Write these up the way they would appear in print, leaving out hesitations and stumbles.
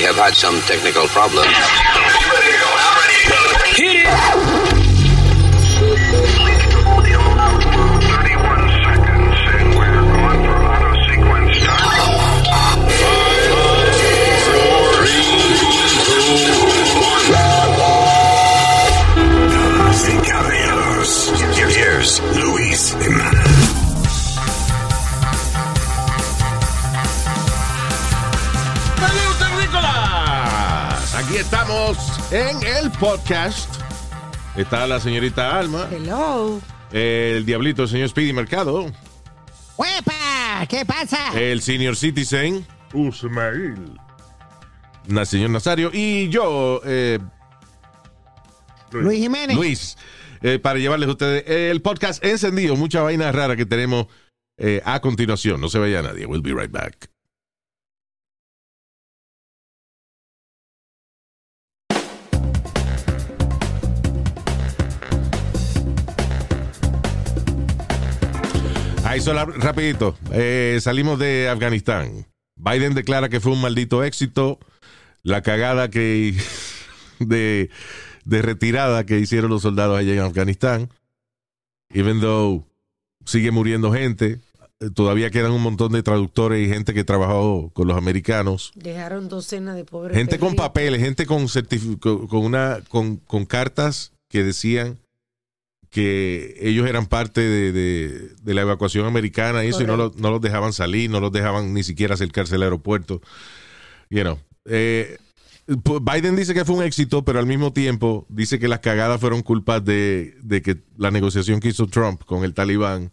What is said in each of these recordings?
have had some technical problems. Hit it! 31 seconds, and we're going for auto sequence start. 5, 4, 3, 2, 1. Damas y caballeros, here's Luis Jimenez. ¡Saludos, terrícolas! Aquí estamos en el podcast. Está la señorita Alma. Hello. El diablito, el señor Speedy Mercado. ¡Huepa! ¿Qué pasa? El senior citizen, Usmail. Señor Nazario. Y yo, Luis Jiménez. Luis, para llevarles a ustedes el podcast encendido. Mucha vaina rara que tenemos a continuación. No se vaya nadie. We'll be right back. Ahí solo rapidito. Salimos de Afganistán. Biden declara que fue un maldito éxito. La cagada que de retirada que hicieron los soldados allá en Afganistán. Even though sigue muriendo gente, todavía quedan un montón de traductores y gente que trabajó con los americanos. Dejaron docenas de pobres. Gente con perritos. papeles, gente con cartas que decían que ellos eran parte de la evacuación americana y eso, y no los dejaban salir, no los dejaban ni siquiera acercarse al aeropuerto. You know, Biden dice que fue un éxito, pero al mismo tiempo dice que las cagadas fueron culpas de que la negociación que hizo Trump con el Talibán.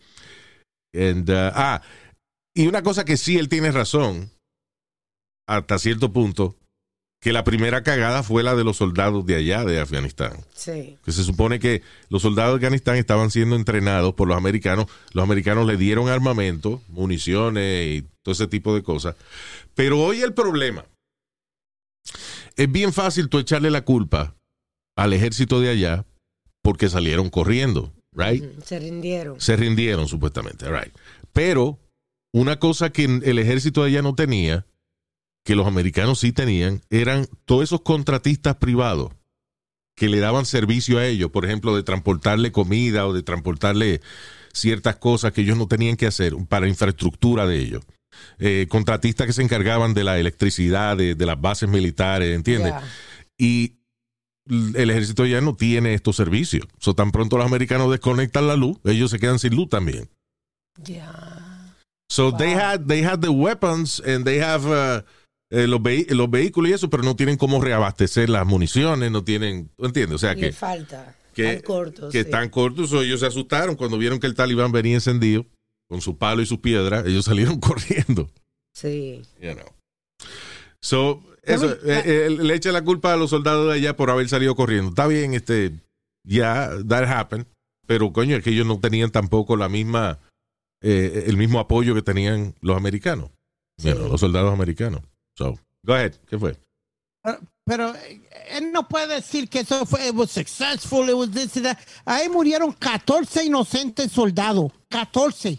Y una cosa que sí él tiene razón, hasta cierto punto, que la primera cagada fue la de los soldados de allá, de Afganistán. Sí. Que se supone que los soldados de Afganistán estaban siendo entrenados por los americanos. Los americanos le dieron armamento, municiones y todo ese tipo de cosas. Pero hoy el problema es bien fácil tú echarle la culpa al ejército de allá porque salieron corriendo, right? Se rindieron. Se rindieron supuestamente, right. Pero una cosa que el ejército de allá no tenía, que los americanos sí tenían, eran todos esos contratistas privados que le daban servicio a ellos, por ejemplo, de transportarle comida o de transportarle ciertas cosas que ellos no tenían que hacer para infraestructura de ellos. Contratistas que se encargaban de la electricidad, de las bases militares, ¿entiendes? Yeah. Y el ejército ya no tiene estos servicios. So, tan pronto los americanos desconectan la luz, ellos se quedan sin luz también. Ya. So Wow. they had the weapons and they have los vehículos y eso, pero no tienen cómo reabastecer las municiones, no tienen, ¿entiendes? O sea Le que falta. que, Tan cortos. que sí. están cortos. So ellos se asustaron cuando vieron que el Talibán venía encendido con su palo y su piedra. Ellos salieron corriendo. Sí. You know. So, eso, le echa la culpa a los soldados de allá por haber salido corriendo. Está bien, ya, that happened. Pero, coño, es que ellos no tenían tampoco la misma, el mismo apoyo que tenían los americanos. Sí. You know, los soldados americanos. So, go ahead. ¿Qué fue? Pero él no puede decir que eso fue, it was successful, it was this and that. Ahí murieron 14 inocentes soldados, 14.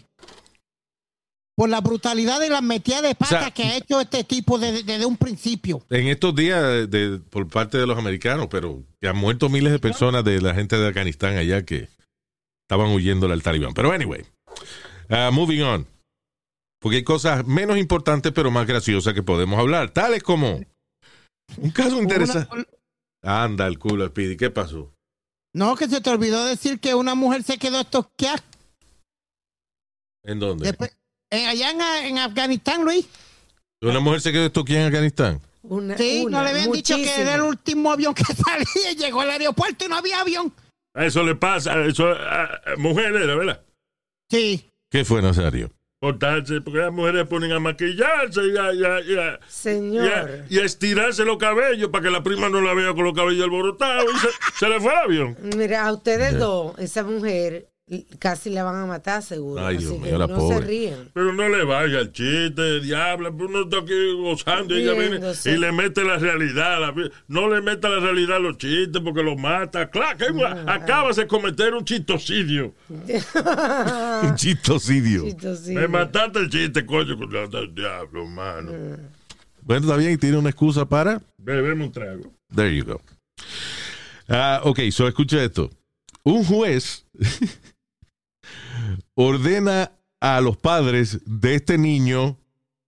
Por la brutalidad de la metida de pata, o sea, que ha hecho este tipo desde un principio. En estos días, por parte de los americanos, pero que han muerto miles de personas de la gente de Afganistán allá que estaban huyendo al Talibán. Pero anyway, moving on. Porque hay cosas menos importantes pero más graciosas que podemos hablar, tales como un caso interesante. Anda el culo, Speedy, ¿qué pasó? No, que se te olvidó decir que una mujer se quedó estoqueada. ¿En dónde? Allá en Afganistán, Luis. ¿Una mujer se quedó estoqueada en Afganistán? Sí, no le habían dicho que era el último avión que salía y llegó al aeropuerto y no había avión. Eso le pasa a mujeres, ¿verdad? Sí. ¿Qué fue, Nazario? Portarse, porque las mujeres ponen a maquillarse Señor. y a estirarse los cabellos para que la prima no la vea con los cabellos alborotados y se le fue el avión. Mira, a ustedes dos, esa mujer casi la van a matar seguro. Ay, así Dios que mío, la no pobre. se ríen. Pero no le vaya el chiste, diabla, uno está aquí gozando y ella viene Riéndose. y le mete la realidad. No le meta la realidad a los chistes porque los mata. Claro, que acabas de cometer un chistocidio. Un chistocidio. Chistosito. Me mataste el chiste, coño, con el diablo, mano. Bueno, está bien, y tiene una excusa para... Bebemos un trago. There you go. Ok, so escucha esto. Un juez ordena a los padres de este niño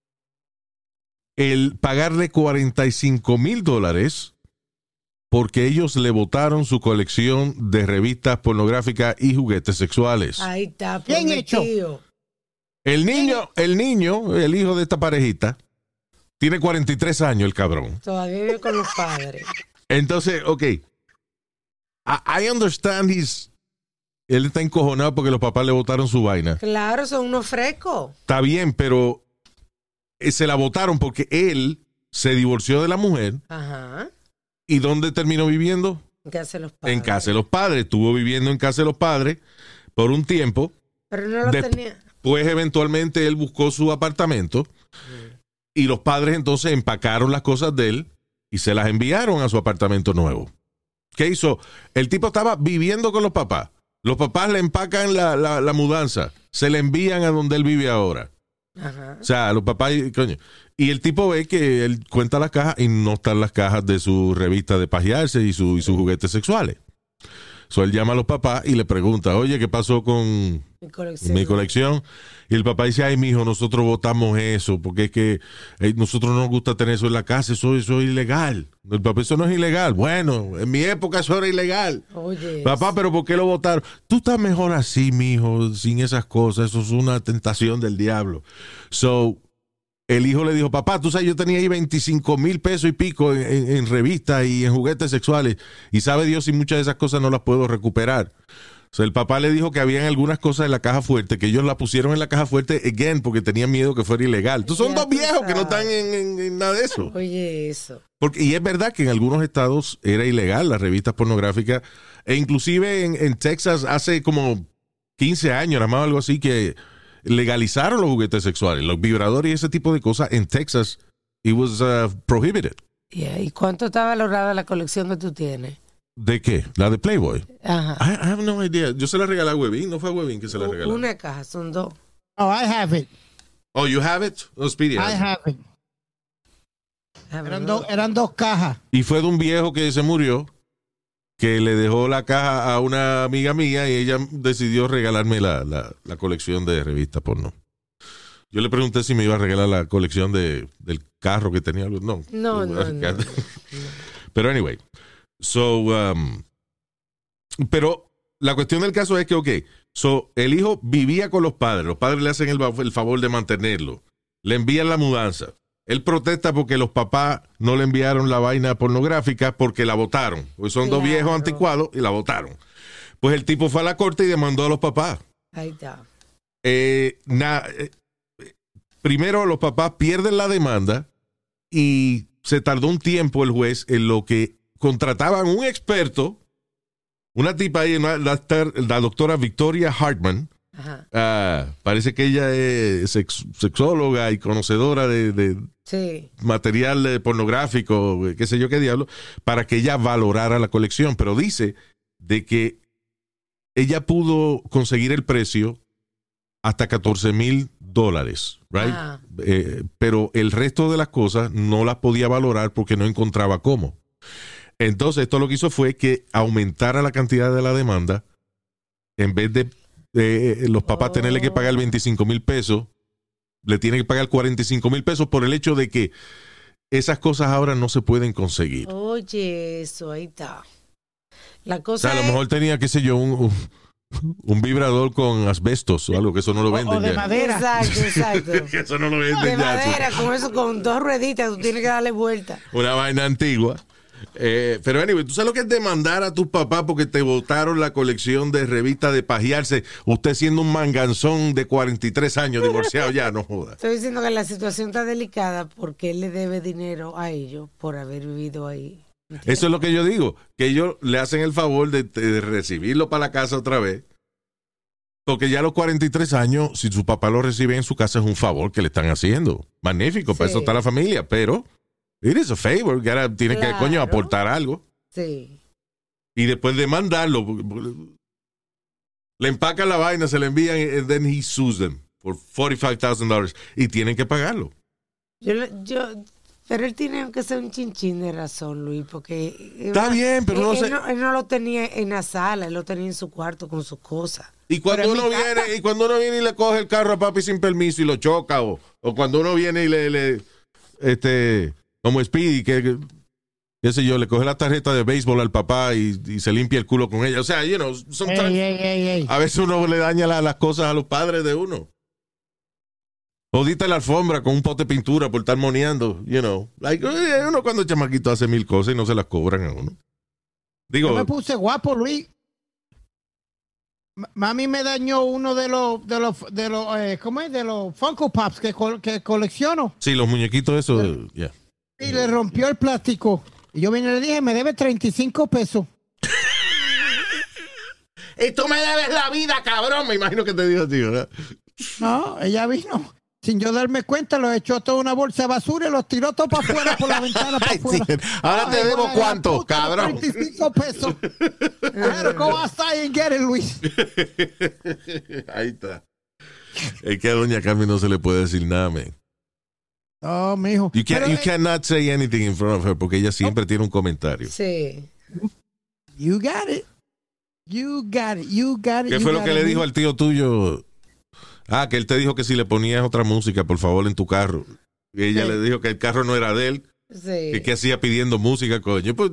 el pagarle $45,000 porque ellos le botaron su colección de revistas pornográficas y juguetes sexuales. Ahí está, Bien hecho. prometido. El niño, el hijo de esta parejita, tiene 43 años, el cabrón. Todavía vive con los padres. Entonces, ok. I understand él está encojonado porque los papás le botaron su vaina. Claro, son unos frescos. Está bien, pero se la botaron porque él se divorció de la mujer. Ajá. ¿Y dónde terminó viviendo? En casa de los padres. En casa de los padres. Estuvo viviendo en casa de los padres por un tiempo. Pero no lo tenía. Pues eventualmente él buscó su apartamento y los padres entonces empacaron las cosas de él y se las enviaron a su apartamento nuevo. ¿Qué hizo? El tipo estaba viviendo con los papás. Los papás le empacan la mudanza. Se le envían a donde él vive ahora. Ajá. O sea, los papás, coño. Y el tipo ve que él cuenta las cajas y no están las cajas de su revista de pajearse y sus juguetes sexuales. So él llama a los papás y le pregunta, oye, ¿qué pasó con mi colección? Y el papá dice, ay, mijo, nosotros votamos eso, porque es que nosotros no nos gusta tener eso en la casa, eso es ilegal. El papá, eso no es ilegal. Bueno, en mi época eso era ilegal. Oye. Papá, ¿pero por qué lo votaron? Tú estás mejor así, mijo, sin esas cosas, eso es una tentación del diablo. So, el hijo le dijo, papá, tú sabes, yo tenía ahí $25,000 y pico en revistas y en juguetes sexuales, y sabe Dios si muchas de esas cosas no las puedo recuperar. O sea, el papá le dijo que habían algunas cosas en la caja fuerte, que ellos la pusieron en la caja fuerte, again, porque tenían miedo que fuera ilegal. Entonces son dos viejos que no están en nada de eso. Oye, eso. Y es verdad que en algunos estados era ilegal las revistas pornográficas, e inclusive en Texas hace como 15 años, nada más algo así, que legalizaron los juguetes sexuales, los vibradores y ese tipo de cosas. En Texas, it was prohibited. Yeah. ¿Y cuánto está valorada la colección que tú tienes? ¿De qué? ¿La de Playboy? Ajá. I have no idea. Yo se la regalé a Webin. ¿No fue a Webin que se la regaló? Una caja, son dos. Oh, I have it. Oh, you have it? Oh, Speedy. I have it. Eran dos cajas. Y fue de un viejo que se murió, que le dejó la caja a una amiga mía y ella decidió regalarme la colección de revistas porno. Yo le pregunté si me iba a regalar la colección del carro que tenía. No. No. Pero anyway. So, pero la cuestión del caso es que, ok, so, el hijo vivía con los padres le hacen el favor de mantenerlo, le envían la mudanza, él protesta porque los papás no le enviaron la vaina pornográfica porque la votaron, porque son dos viejos anticuados y la votaron. Pues el tipo fue a la corte y demandó a los papás. Ahí está. Primero los papás pierden la demanda y se tardó un tiempo el juez en lo que contrataban un experto, una tipa ahí, la doctora Victoria Hartman. Parece que ella es sexóloga y conocedora de sí, material pornográfico, qué sé yo qué diablo, para que ella valorara la colección. Pero dice de que ella pudo conseguir el precio hasta $14,000, right? Pero el resto de las cosas no las podía valorar porque no encontraba cómo. Entonces, esto lo que hizo fue que aumentara la cantidad de la demanda. En vez de los papás tenerle que pagar $25,000, le tienen que pagar $45,000 por el hecho de que esas cosas ahora no se pueden conseguir. Oye, eso, ahí está. La cosa o sea, a lo mejor tenía, qué sé yo, un vibrador con asbestos o algo, que eso no lo venden o de ya. madera. Exacto. Que eso no lo venden De ya. madera, con eso, con dos rueditas, tú tienes que darle vuelta. Una vaina antigua. Pero anyway, ¿tú sabes lo que es demandar a tus papás porque te botaron la colección de revistas de pajearse? Usted siendo un manganzón de 43 años divorciado, ya no joda. Estoy diciendo que la situación está delicada porque él le debe dinero a ellos por haber vivido ahí. ¿Entiendes? Eso es lo que yo digo, que ellos le hacen el favor de recibirlo para la casa otra vez. Porque ya a los 43 años, si su papá lo recibe en su casa, es un favor que le están haciendo. Magnífico, para eso está la familia, pero it is a favor, que ahora tiene que, coño, aportar algo. Sí. Y después de mandarlo, le empacan la vaina, se le envían, and then he sues them for $45,000 y tienen que pagarlo. Yo Pero él tiene aunque sea un chinchín de razón, Luis, porque... Está bien, pero no sé... Él no lo tenía en la sala, él lo tenía en su cuarto con sus cosas. Y cuando uno viene y le coge el carro a papi sin permiso y lo choca, o cuando uno viene y le como Speedy, que qué sé yo, le coge la tarjeta de béisbol al papá y se limpia el culo con ella. O sea, a veces uno le daña las cosas a los padres de uno. Jodiste la alfombra con un pote de pintura por estar moneando, uno cuando es chamaquito hace 1000 cosas y no se las cobran a uno. Digo, yo me puse guapo, Luis. Mami me dañó uno de los ¿cómo es? De los Funko Pops que colecciono. Sí, los muñequitos esos, yeah. Y le rompió el plástico. Y yo vine y le dije, me debe 35 pesos. Y tú me debes la vida, cabrón. Me imagino que te dijo así, ¿verdad? No, ella vino. Sin yo darme cuenta, lo echó toda una bolsa de basura y los tiró todo para afuera por la ventana para afuera. Ahora te debo cuánto, cabrón. 35 pesos. Pero ¿cómo hasta ahí en Get It, Luis? Ahí está. Es que a doña Carmen no se le puede decir nada, man. No, mijo. You cannot say anything in front of her porque ella siempre tiene un comentario. Sí. You got it. ¿Qué fue lo que le dijo al tío tuyo? Que él te dijo que si le ponías otra música, por favor, en tu carro. Y ella le dijo que el carro no era de él. Sí. Que hacía pidiendo música, coño. Pues...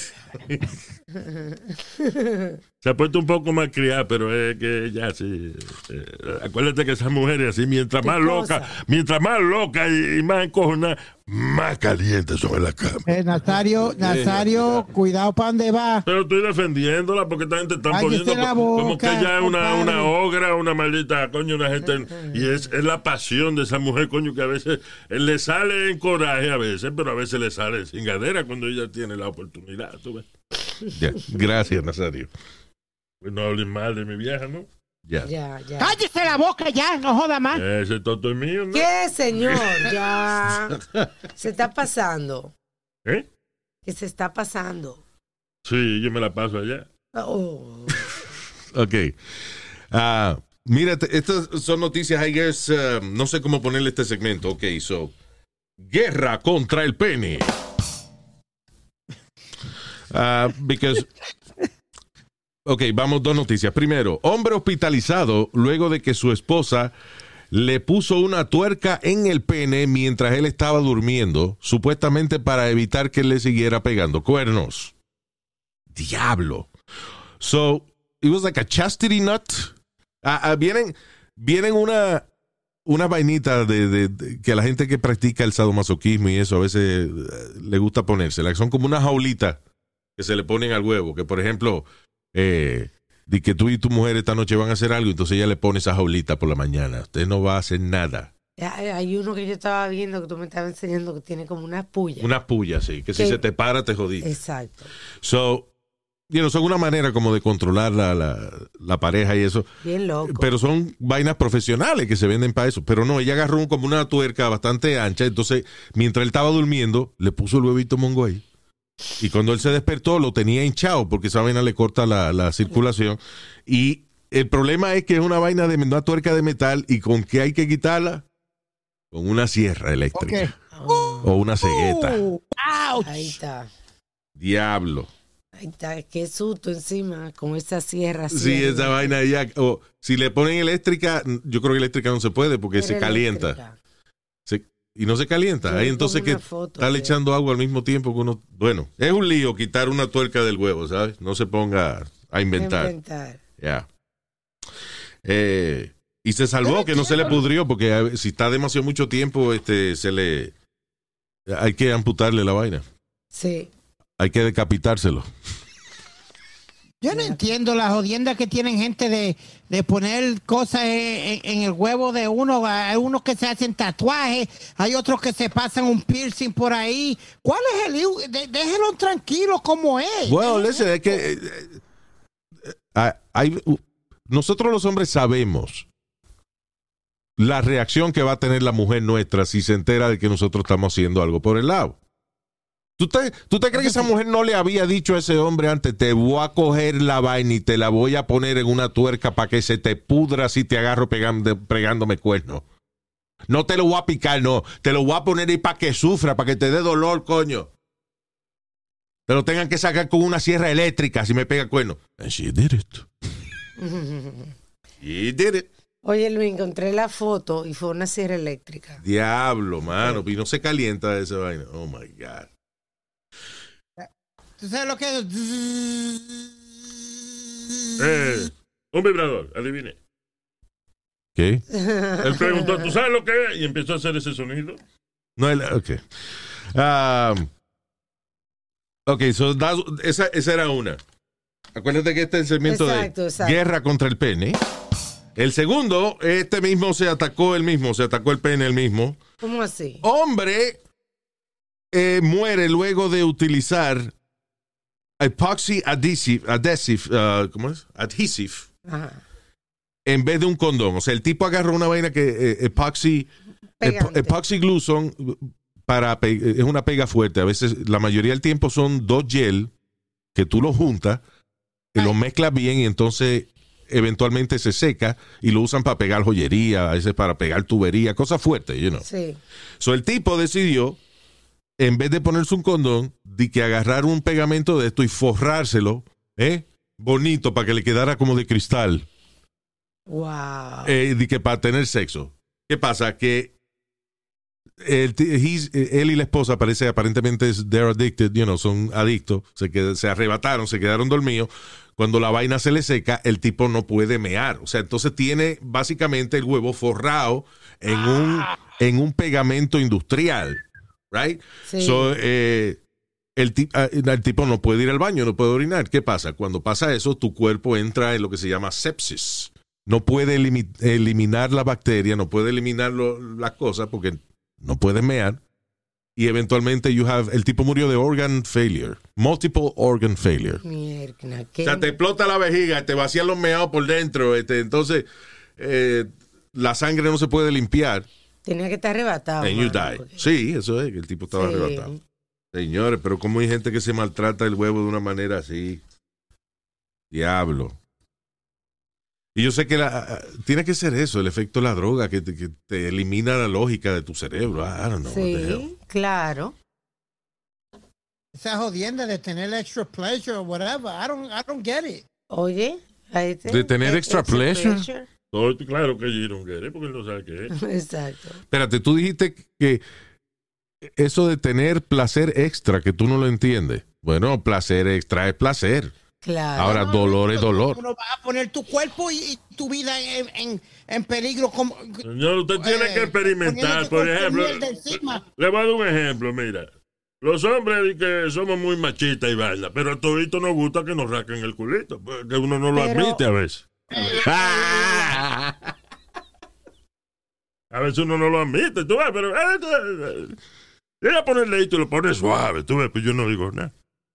Se ha puesto un poco más criada, pero es que ya sí. Acuérdate que esas mujeres así, mientras más loca y más encojonada, más calientes son en la cama. Nazario, cuidado para dónde va. Pero estoy defendiéndola porque esta gente está poniendo como que ella es una ogra, una maldita, coño, una gente. Y es la pasión de esa mujer, coño, que a veces le sale en coraje a veces, pero a veces le sale sin gadera cuando ella tiene la oportunidad, ¿tú ves? Yeah. Gracias, Nazario. Pues no hablen mal de mi vieja, ¿no? Ya. Cállese la boca ya, no joda más. Ese toto es mío, ¿no? ¿Qué, señor? Ya. Se está pasando. ¿Eh? ¿Qué se está pasando? Sí, yo me la paso allá. Oh. Ok. Mira, estas son noticias, I guess, no sé cómo ponerle este segmento. Ok, guerra contra el pene. Because... Ok, vamos, dos noticias. Primero, hombre hospitalizado luego de que su esposa le puso una tuerca en el pene mientras él estaba durmiendo, supuestamente para evitar que él le siguiera pegando cuernos. Diablo. So, it was like a chastity nut. Vienen una vainita de que a la gente que practica el sadomasoquismo y eso a veces le gusta ponérsela. Son como una jaulita que se le ponen al huevo, que por ejemplo... de que tú y tu mujer esta noche van a hacer algo, entonces ella le pone esa jaulita por la mañana. Usted no va a hacer nada. Hay uno que yo estaba viendo que tú me estabas enseñando que tiene como una puya. Una puya, sí. Que si se te para, te jodiste. Exacto. So, son una manera como de controlar la pareja y eso. Bien loco. Pero son vainas profesionales que se venden para eso. Pero no, ella agarró como una tuerca bastante ancha. Entonces, mientras él estaba durmiendo, le puso el huevito mongo ahí. Y cuando él se despertó, lo tenía hinchado porque esa vaina le corta la circulación. Y el problema es que es una vaina de una tuerca de metal. ¿Y con qué hay que quitarla? Con una sierra eléctrica. Okay. O una cegueta. Ahí está. Diablo. Ahí está. Qué susto encima con esa sierra. Sí, esa vaina ya. O si le ponen eléctrica, yo creo que eléctrica no se puede porque se calienta. Y no se calienta. Sí, ahí entonces que está le echando agua al mismo tiempo que uno... Bueno, es un lío quitar una tuerca del huevo, ¿sabes? No se ponga a inventar. Ya. Y se salvó que no se le pudrió porque si está demasiado mucho tiempo, hay que amputarle la vaina. Sí. Hay que decapitárselo. Yo no entiendo la jodienda que tienen gente de poner cosas en el huevo de uno. Hay unos que se hacen tatuajes, hay otros que se pasan un piercing por ahí. ¿Cuál es el lío? Déjenlo tranquilo como es. Bueno, es que nosotros los hombres sabemos la reacción que va a tener la mujer nuestra si se entera de que nosotros estamos haciendo algo por el lado. ¿Tú te crees que esa mujer no le había dicho a ese hombre antes, te voy a coger la vaina y te la voy a poner en una tuerca para que se te pudra si te agarro pegándome cuernos? No te lo voy a picar, no. Te lo voy a poner ahí para que sufra, para que te dé dolor, coño. Te lo tengan que sacar con una sierra eléctrica si me pega cuerno. And she did it. She did it. Oye, Luis, encontré la foto y fue una sierra eléctrica. Diablo, mano. Y no se calienta esa vaina. Oh, my God. ¿Tú sabes lo que es? Un vibrador, adivine. ¿Qué? Él preguntó, ¿tú sabes lo que es? Y empezó a hacer ese sonido. No, ok. Ok, so esa era una. Acuérdate que este es el segmento exacto. Guerra contra el pene. El segundo, se atacó el pene el mismo. ¿Cómo así? Hombre muere luego de utilizar epoxy adhesive, ¿cómo es? Adhesive. Ajá. En vez de un condón. O sea, el tipo agarró una vaina que epoxy glue son es una pega fuerte. A veces, la mayoría del tiempo son 2 gel que tú los juntas y los mezclas bien y entonces eventualmente se seca y lo usan para pegar joyería, a veces para pegar tubería, cosas fuertes, you know. Sí. So, el tipo decidió, en vez de ponerse un condón, de que agarrar un pegamento de esto y forrárselo, bonito, para que le quedara como de cristal. Wow. De que para tener sexo. ¿Qué pasa? Que él y la esposa aparentemente they're addicted, you know, son adictos, se arrebataron, se quedaron dormidos. Cuando la vaina se le seca, el tipo no puede mear. O sea, entonces tiene básicamente el huevo forrado en un pegamento industrial. Right? Sí. So, el tipo no puede ir al baño, no puede orinar. ¿Qué pasa? Cuando pasa eso, tu cuerpo entra en lo que se llama sepsis. No puede eliminar la bacteria, no puede eliminar las cosas porque no puede mear. Y eventualmente el tipo murió de organ failure. Multiple organ failure. Mierda, o sea, te explota la vejiga, te vacían los meados por dentro. Entonces, la sangre no se puede limpiar. Tenía que estar arrebatado. And you die. Porque... Sí, eso es, que el tipo estaba arrebatado. Señores, pero ¿cómo hay gente que se maltrata el huevo de una manera así? Diablo. Y yo sé que tiene que ser eso, el efecto de la droga, que te elimina la lógica de tu cerebro. I don't know. Sí, claro. Esa jodienda de tener extra pleasure or whatever. I don't get it. Oye, ¿de tener extra pleasure? Claro que you don't get it, porque él no sabe qué es. Exacto. Espérate, tú dijiste que eso de tener placer extra, que tú no lo entiendes. Bueno, placer extra es placer. Claro. Ahora, dolor es dolor. Uno va a poner tu cuerpo y tu vida en peligro. Como, señor, usted tiene que experimentar. Por ejemplo, le voy a dar un ejemplo, mira. Los hombres que somos muy machistas y vaina, pero a todito nos gusta que nos raquen el culito, porque uno no lo admite a veces. A veces uno no lo admite, tú ves, pero voy a ponerle esto y lo pones suave, tú ves, pues yo no digo nada.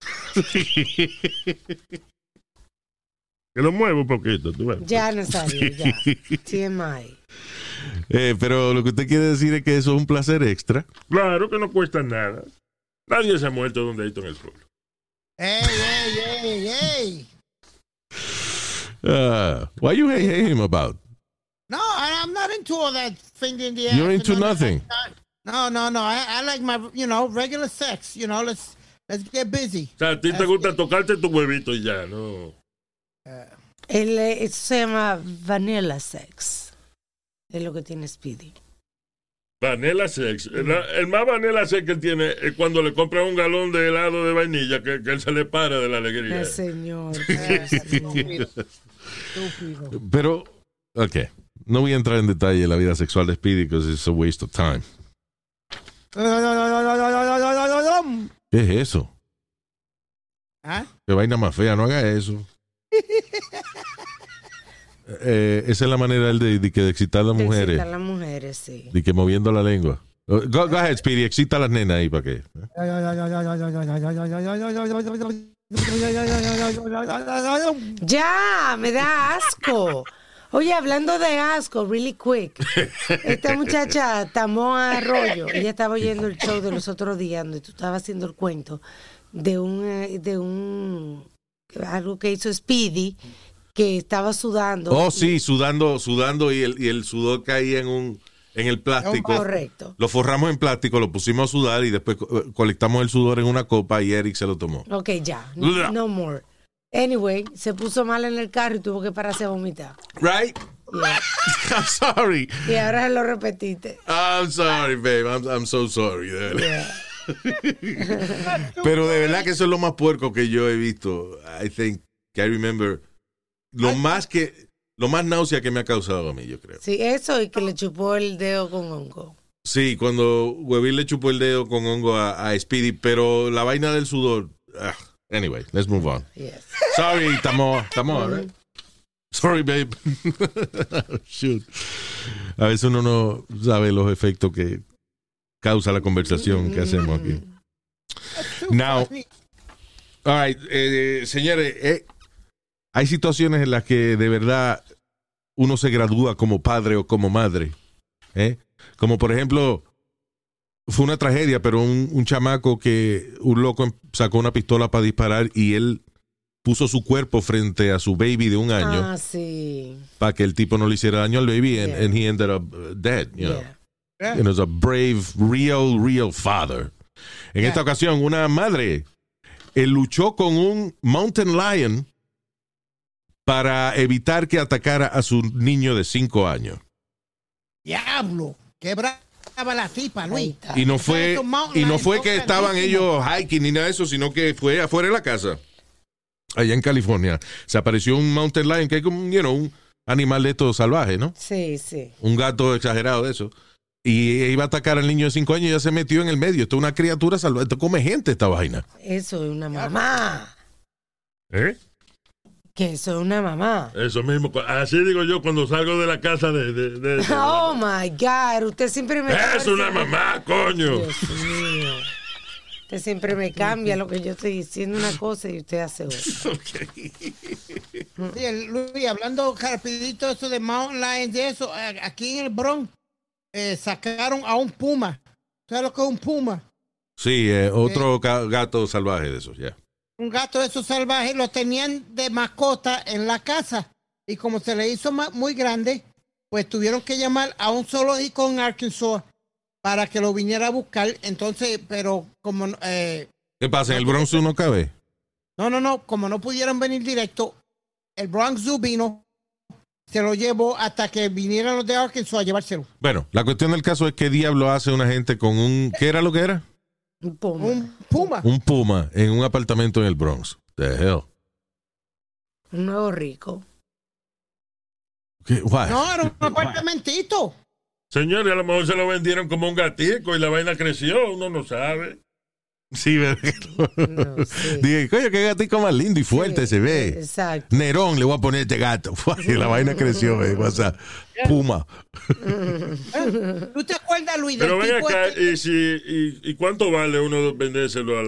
Que lo muevo un poquito, tú ves. Ya, Nazario, ya. TMI. Pero lo que usted quiere decir es que eso es un placer extra. Claro que no cuesta nada. Nadie se ha muerto donde hay en el pueblo. Hey. Why you hate him about? No, I'm not into all that thing in the You're into nothing. No. I like my, regular sex. Let's get busy. O sea, a ti te gusta tocarte tu huevito y ya, ¿no? Eso se llama vanilla sex. Es lo que tiene Speedy. Vanilla sex. El más vanilla sex que él tiene es cuando le compra un galón de helado de vainilla que él se le para de la alegría. Señor. Pero, ok. No voy a entrar en detalle en la vida sexual de Speedy because it's a waste of time. ¿Qué es eso? ¿Ah? Qué vaina más fea, no haga eso. Esa es la manera de excitar a las mujeres. Excitar a las mujeres, sí. De que moviendo la lengua. Go ahead, Speedy, excita a las nenas ahí para qué. Ya, me da asco. Oye, hablando de asco, really quick. Esta muchacha, Tamoa Arroyo, ella estaba oyendo el show de los otros días donde tú estabas haciendo el cuento de algo que hizo Speedy, que estaba sudando. Oh, sí, sudando y el sudor caía en en el plástico. Correcto. Lo forramos en plástico, lo pusimos a sudar y después colectamos el sudor en una copa y Eric se lo tomó. Ok, ya. No more. Anyway, se puso mal en el carro y tuvo que pararse a vomitar. Right? Yeah. I'm sorry. Y ahora se lo repetiste. I'm sorry, babe. I'm so sorry. De verdad. Yeah. Pero de verdad que eso es lo más puerco que yo he visto. I remember lo más náusea que me ha causado a mí, yo creo. Sí, eso y que le chupó el dedo con hongo. Sí, cuando Huevín le chupó el dedo con hongo a Speedy, pero la vaina del sudor. Anyway, let's move on. Yes. Sorry, estamos, right? Sorry, babe. Shoot. A veces uno no sabe los efectos que causa la conversación que hacemos aquí. Now, all right, señores, hay situaciones en las que de verdad uno se gradúa como padre o como madre. Como por ejemplo, fue una tragedia, pero un chamaco que un loco sacó una pistola para disparar y él puso su cuerpo frente a su baby de 1 año. Ah, sí. Para que el tipo no le hiciera daño al baby and he ended up dead, you know. And it was a brave, real father. En esta ocasión, una madre luchó con un mountain lion para evitar que atacara a su niño de 5 años. Diablo, qué brava la tipa, Luis. Y no fue que estaban ellos hiking ni nada de eso, sino que fue afuera de la casa. Allá en California se apareció un mountain lion que es como, un animal de estos salvajes, ¿no? Sí, sí. Un gato exagerado de eso. Y iba a atacar al niño de 5 años y ya se metió en el medio. Esto es una criatura salvaje. Esto come gente, esta vaina. Eso es una mamá. ¿Eh? Que eso es una mamá. Eso mismo. Así digo yo cuando salgo de la casa de Oh, my God. Usted siempre me... Es una mamá, coño. Dios mío. Usted siempre me cambia lo que yo estoy diciendo una cosa y usted hace otra. Sí, Luis, hablando rapidito eso de mountain lions y eso, aquí en el Bronx sacaron a un puma. ¿Sabes lo que es un puma? Sí, otro gato salvaje de esos, ya. Un gato de esos salvajes lo tenían de mascota en la casa y como se le hizo muy grande, pues tuvieron que llamar a un zoológico en Arkansas para que lo viniera a buscar. Entonces, pero como... ¿Qué pasa? ¿En el Bronx Zoo no cabe? No. Como no pudieron venir directo, el Bronx Zoo vino, se lo llevó hasta que vinieran los de Arkansas a llevárselo. Bueno, la cuestión del caso es qué diablo hace una gente con un... ¿Qué era lo que era? Un puma. Un puma. Un puma en un apartamento en el Bronx. The hell. Un nuevo rico. ¿Qué? Why? No, era un apartamentito. Señores, a lo mejor se lo vendieron como un gatico y la vaina creció, uno no sabe. Sí, ¿verdad? No, sí. Dije, coño, qué gatico más lindo y fuerte se ve. Exacto. Nerón, le voy a poner este gato. Y la vaina creció, o sea, puma. ¿Tú te acuerdas, Luis? Pero del ven tipo acá, este? ¿y cuánto vale uno vendérselo a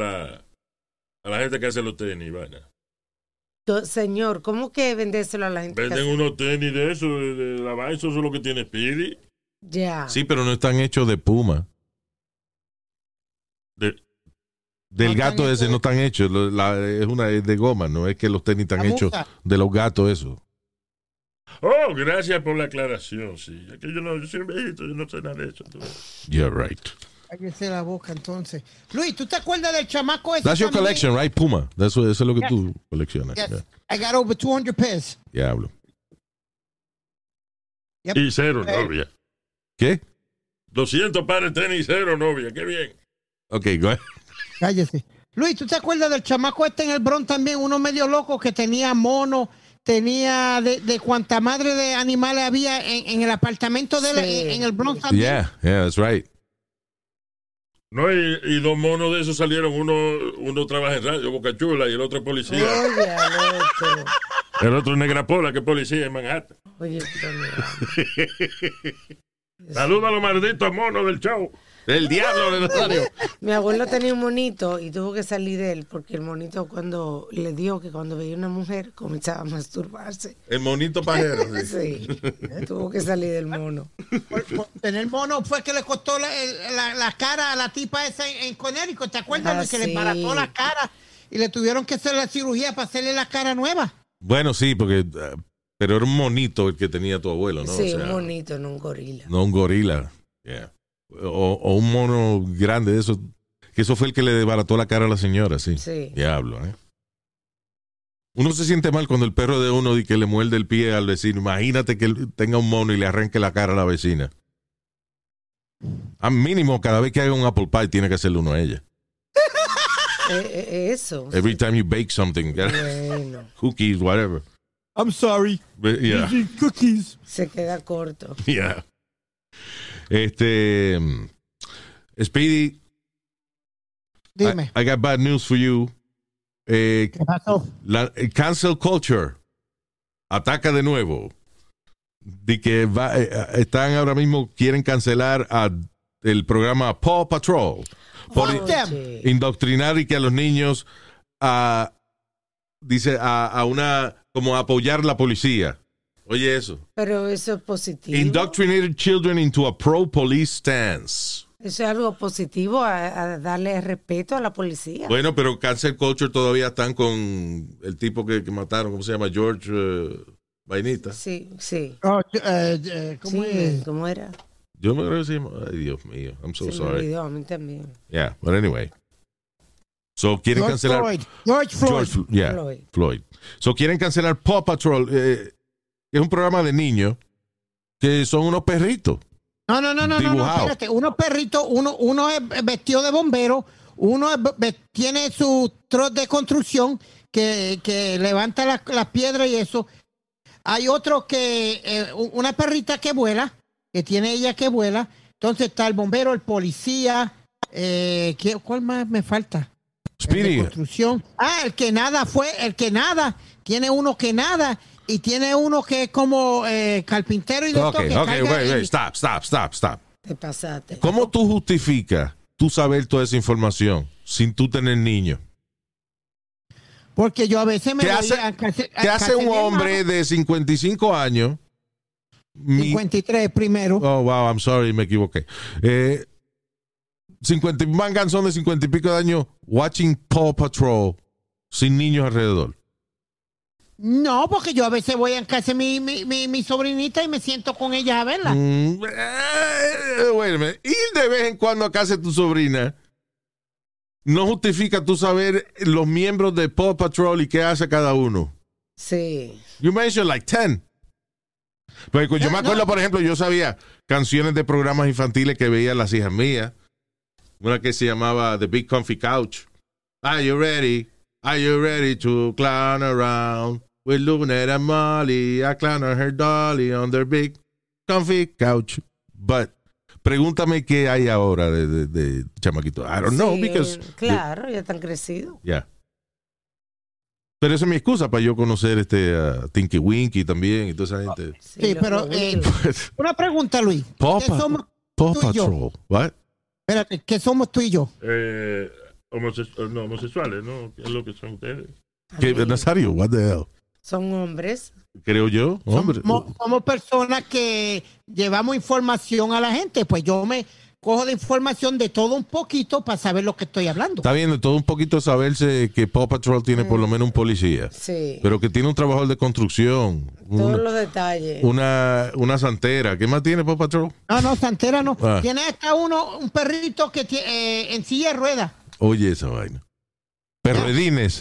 la gente que hace los tenis, vaina? Señor, ¿cómo que vendérselo a la gente? Venden unos tenis de eso, de la vaina, eso es lo que tiene Speedy. Ya. Sí, pero no están hechos de puma. Del gato ese no están hechos. Es de goma, no es que los tenis están hechos de los gatos, eso. Oh, gracias por la aclaración, sí. Es que yo soy un viejito, yo no sé nada de eso. You're right. Cállese la boca, entonces. Luis, ¿tú te acuerdas del chamaco ese? That's your también? collection, right? Puma. Eso es lo que tú coleccionas. Yes. Yeah. I got over 200 pairs. Diablo. Yep. Y cero novia. ¿Qué? 200 pares de tenis y cero novia, qué bien. Ok, go ahead. Cállese. Luis, ¿tú te acuerdas del chamaco este en el Bronx también? Uno medio loco que tenía mono, tenía de cuanta madre de animales había en el apartamento de él, en el Bronx también. Yeah, that's right. No, y 2 monos de esos salieron, uno trabaja en radio, Boca Chula, y el otro es policía. Oye, al otro. El otro es Negra Pola, que es policía en Manhattan. Oye, Saluda a los malditos monos del show. El diablo de Nazario. mi abuelo tenía un monito y tuvo que salir de él porque el monito cuando le dio que cuando veía una mujer comenzaba a masturbarse. El monito pajero. Sí, tuvo que salir del mono. Por tener mono fue que le costó la cara a la tipa esa en Connecticut. ¿Te acuerdas, Luis? Que le embarazó la cara y le tuvieron que hacer la cirugía para hacerle la cara nueva. Bueno, sí, porque... pero era un monito el que tenía tu abuelo, ¿no? Sí, o sea, un monito, no un gorila. No un gorila. Yeah. O un mono grande de eso. Que eso fue el que le desbarató la cara a la señora, sí. Sí. Diablo, ¿eh? Uno se siente mal cuando el perro de uno y que le muerde el pie al vecino. Imagínate que él tenga un mono y le arranque la cara a la vecina. A mínimo, cada vez que haga un apple pie, tiene que hacerle uno a ella. Eso. Every time you bake something. Bueno. Cookies, whatever. I'm sorry. Yeah. Cookies. Se queda corto. Yeah. Speedy. Dime. I got bad news for you. ¿Qué pasó? Cancel culture ataca de nuevo. De que están ahora mismo, quieren cancelar el programa Paw Patrol por indoctrinar y que a los niños dice a una como apoyar la policía. Oye eso. Pero eso es positivo. Indoctrinated children into a pro-police stance. Eso es algo positivo, a darle respeto a la policía. Bueno, pero cancel culture todavía están con el tipo que mataron, ¿cómo se llama? George Vainita. Sí, sí. ¿Cómo es? ¿Cómo era? Yo me creo que se llama. Ay, Dios mío. I'm so sorry. Me olvidó, a mí también. Yeah, but anyway. So quieren cancelar. George Floyd. Floyd. So quieren cancelar Paw Patrol. Es un programa de niños que son unos perritos. No, espérate. Unos perritos, uno es vestido de bombero, uno tiene su truck de construcción que levanta las piedras y eso. Hay otro que, una perrita que vuela, que tiene ella que vuela. Entonces está el bombero, el policía. ¿Cuál más me falta? Speedy. El de construcción. El que nada. Tiene uno que nada. Y tiene uno que es como carpintero y de esto que wait, stop. Te pasaste. ¿Cómo tú justificas tú saber toda esa información sin tú tener niños? Porque yo a veces me ¿Qué hace un hombre de 55 años? 53 primero. Oh, wow, I'm sorry, me equivoqué. 50 mangan de 50 y pico de años watching Paw Patrol sin niños alrededor. No, porque yo a veces voy a casa de mi sobrinita y me siento con ella a verla. Bueno, ir de vez en cuando a casa de tu sobrina no justifica tú saber los miembros de Paw Patrol y qué hace cada uno. Sí. You mentioned like 10. Porque yo me acuerdo, por ejemplo, yo sabía canciones de programas infantiles que veían las hijas mías. Una que se llamaba The Big Comfy Couch. Are you ready? Are you ready to clown around? With Luna and Molly, I clown her dolly on their big comfy couch. But pregúntame qué hay ahora de chamaquito. I don't know, because... Claro, ya están crecidos. Yeah. Pero esa es mi excusa para yo conocer Tinky Winky también y toda esa gente. Sí, pero una pregunta, Luis. Paw Patrol. What? Espérate, ¿qué somos tú y yo? Homosexuales, ¿no? ¿Qué es lo que son ustedes? Nazario, what the hell? Son hombres. Creo yo, hombres. Somos personas que llevamos información a la gente. Pues yo me cojo de información de todo un poquito para saber lo que estoy hablando. Está bien, de todo un poquito saberse que Paw Patrol tiene por lo menos un policía. Sí. Pero que tiene un trabajador de construcción. Todos los detalles. Una santera. ¿Qué más tiene Paw Patrol? No, santera no. Tiene hasta un perrito que tiene en silla de ruedas. Oye, esa vaina. Perroedines.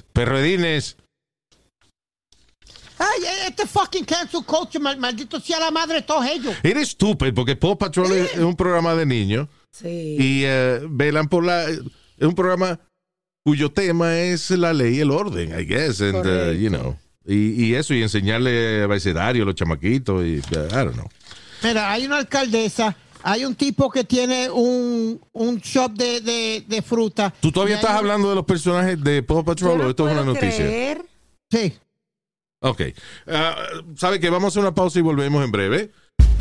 Ay, este fucking cancel culture, maldito sea la madre de todos ellos. Eres estúpido porque Paw Patrol es un programa de niños. Sí. Y velan por es un programa cuyo tema es la ley y el orden, I guess. And, you know. Y eso, y enseñarle abecedario a los chamaquitos. Y, I don't know. Mira, hay una alcaldesa. Hay un tipo que tiene un shop de fruta. ¿Tú todavía estás hablando de los personajes de Paw Patrol o esto es una noticia? Creer. Sí. Ok. ¿Sabe qué? Vamos a hacer una pausa y volvemos en breve.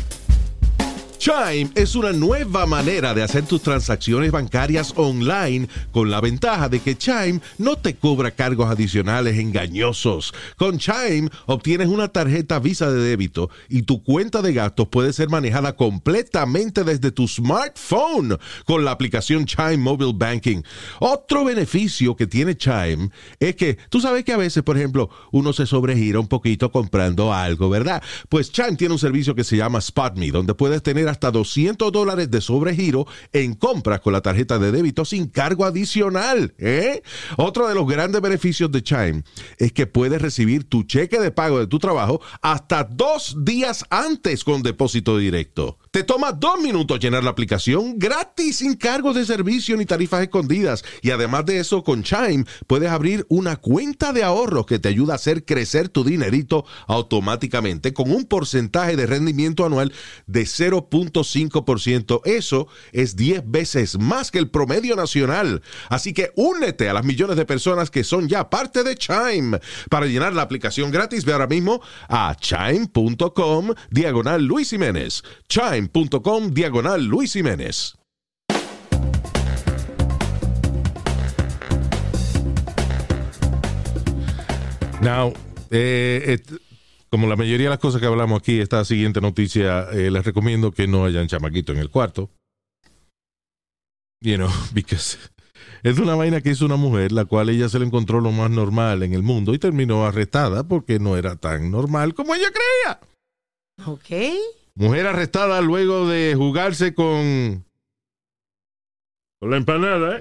Chime es una nueva manera de hacer tus transacciones bancarias online con la ventaja de que Chime no te cobra cargos adicionales engañosos. Con Chime obtienes una tarjeta Visa de débito y tu cuenta de gastos puede ser manejada completamente desde tu smartphone con la aplicación Chime Mobile Banking. Otro beneficio que tiene Chime es que tú sabes que a veces, por ejemplo, uno se sobregira un poquito comprando algo, ¿verdad? Pues Chime tiene un servicio que se llama SpotMe, donde puedes tener hasta hasta $200 de sobregiro en compras con la tarjeta de débito sin cargo adicional. Otro de los grandes beneficios de Chime es que puedes recibir tu cheque de pago de tu trabajo hasta 2 días antes con depósito directo. Te toma 2 minutos llenar la aplicación gratis, sin cargos de servicio ni tarifas escondidas. Y además de eso, con Chime puedes abrir una cuenta de ahorros que te ayuda a hacer crecer tu dinerito automáticamente con un porcentaje de rendimiento anual de 0.5%. Eso es 10 veces más que el promedio nacional. Así que únete a las millones de personas que son ya parte de Chime. Para llenar la aplicación gratis, ve ahora mismo a chime.com/Luis Jiménez. Chime.com/Luis Jiménez. Now, como la mayoría de las cosas que hablamos aquí, esta siguiente noticia, les recomiendo que no hayan chamaquito en el cuarto. You know, because es una vaina que hizo una mujer, la cual ella se le encontró lo más normal en el mundo y terminó arrestada porque no era tan normal como ella creía. Ok. Mujer arrestada luego de jugarse con la empanada,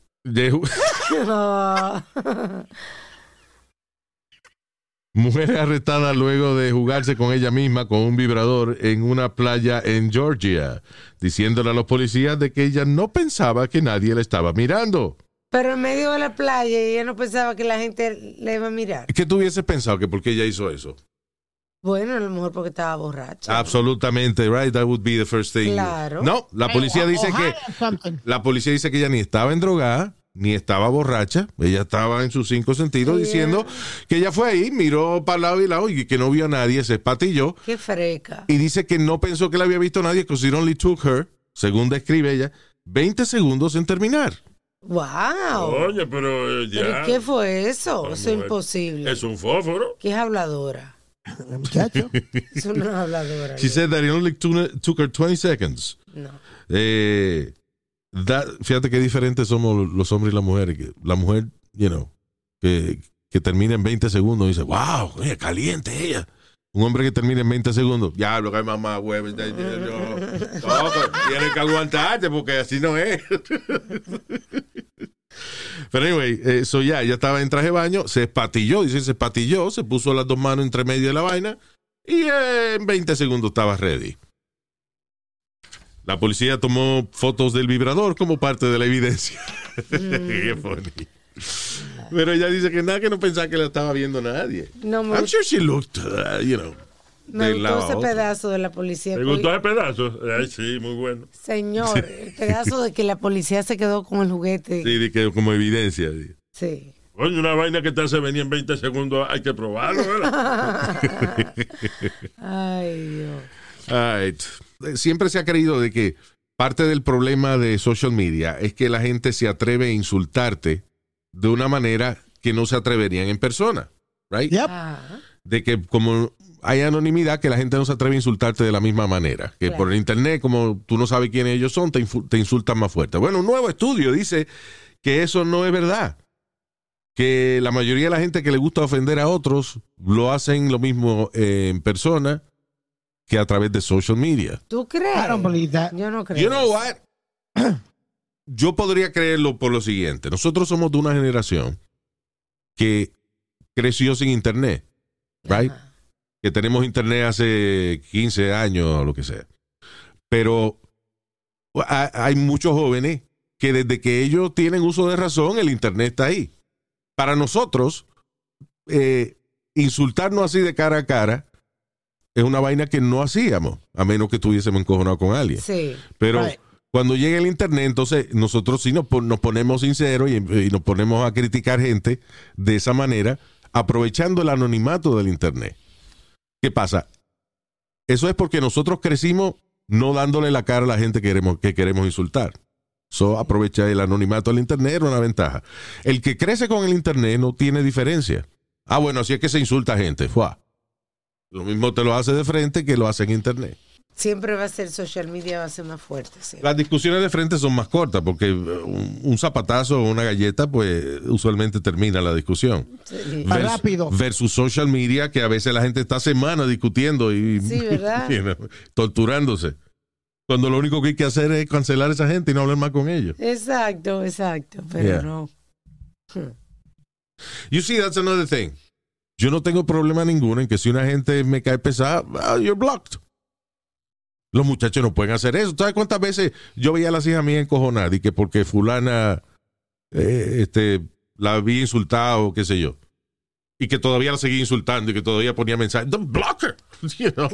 Mujer arrestada luego de jugarse con ella misma con un vibrador en una playa en Georgia, diciéndole a los policías de que ella no pensaba que nadie la estaba mirando. Pero en medio de la playa ella no pensaba que la gente le iba a mirar. ¿Qué tú hubieses pensado? ¿Que por qué ella hizo eso? Bueno, a lo mejor porque estaba borracha. Absolutamente, right? That would be the first thing. Claro. No, la policía dice que ella ni estaba endrogada, ni estaba borracha. Ella estaba en sus 5 sentidos diciendo que ella fue ahí, miró para lado y lado y que no vio a nadie, se espatilló. Qué freca. Y dice que no pensó que la había visto nadie, because it only took her, según describe ella, 20 segundos en terminar. ¡Wow! Oye, pero ya. ¿Pero qué fue eso? Eso es imposible. Es un fósforo. ¿Qué es habladora? Muchacho. Es una habladora. She said that it only took her 20 seconds. No. Fíjate qué diferentes somos los hombres y las mujeres. La mujer, you know, que termina en 20 segundos y dice, wow, oye, caliente ella. Un hombre que termina en 20 segundos, ya lo que hay mamá, huevo, no, tienes que aguantarte porque así no es. Pero anyway, ella estaba en traje de baño, se espatilló, se puso las 2 manos entre medio de la vaina y en 20 segundos estaba ready. La policía tomó fotos del vibrador como parte de la evidencia. Qué funny. Pero ella dice que nada, que no pensaba que la estaba viendo nadie. No, I'm sure she looked, you know. Me gustó ese pedazo de la policía. ¿Te gustó ese pedazo? Ay, sí, muy bueno. Señor, el pedazo de que la policía se quedó con el juguete. Sí, de que como evidencia. Sí. Oye, una vaina que te hace venir en 20 segundos, hay que probarlo, ¿verdad? Ay, Dios. Right. Siempre se ha creído de que parte del problema de social media es que la gente se atreve a insultarte de una manera que no se atreverían en persona, right? Yep. De que como hay anonimidad, que la gente no se atreve a insultarte de la misma manera. Que por el internet, como tú no sabes quiénes ellos son, te insultan más fuerte. Bueno, un nuevo estudio dice que eso no es verdad. Que la mayoría de la gente que le gusta ofender a otros lo hacen lo mismo en persona que a través de social media. ¿Tú crees? I don't believe that. Yo no creo. You know what? Yo podría creerlo por lo siguiente. Nosotros somos de una generación que creció sin internet, right? Ajá. Que tenemos internet hace 15 años o lo que sea. Pero hay muchos jóvenes que desde que ellos tienen uso de razón, el internet está ahí. Para nosotros, insultarnos así de cara a cara es una vaina que no hacíamos, a menos que estuviésemos encojonados con alguien. Sí. Pero cuando llega el internet, entonces nosotros sí nos ponemos sinceros y nos ponemos a criticar gente de esa manera, aprovechando el anonimato del internet. ¿Qué pasa? Eso es porque nosotros crecimos no dándole la cara a la gente que queremos insultar. So, aprovecha el anonimato del internet, era una ventaja. El que crece con el internet no tiene diferencia. Ah, bueno, así es que se insulta a gente. ¡Fua! Lo mismo te lo hace de frente que lo hace en internet. Siempre va a ser social media, va a ser más fuerte. ¿Sí? Las discusiones de frente son más cortas porque un zapatazo o una galleta, pues usualmente termina la discusión. Sí. Rápido. Versus social media, que a veces la gente está semanas discutiendo y sí, ¿verdad? Torturándose. Cuando lo único que hay que hacer es cancelar a esa gente y no hablar más con ellos. Exacto, pero no. You see, that's another thing. Yo no tengo problema ninguno en que si una gente me cae pesada, you're blocked. Los muchachos no pueden hacer eso. ¿Sabes cuántas veces yo veía a las hijas mías encojonadas y que porque fulana la había insultado o qué sé yo? Y que todavía la seguía insultando y que todavía ponía mensajes. Don't block her. You know?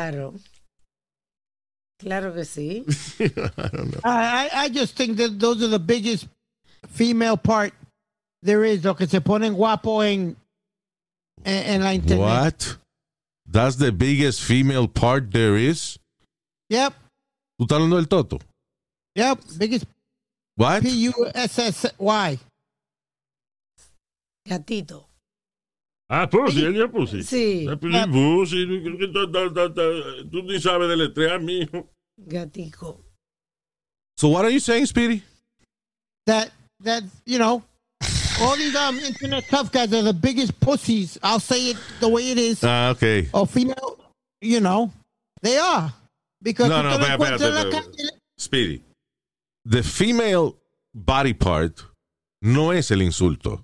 Claro que sí. I don't know. I just think that those are the biggest female part there is, lo que se ponen guapo en la internet. What? That's the biggest female part there is? Yep. ¿Tú estás hablando del toto? Yep. Biggest. What? Pussy. Gatito. Pussy, él es pussy. Sí. Pussy, tú ni sabes deletrear, mijo. Gatico. So what are you saying, Speedy? That you know, all these internet tough guys are the biggest pussies. I'll say it the way it is. Okay. Or female, you know, they are. Because No, espérate. Speedy. The female body part no es el insulto.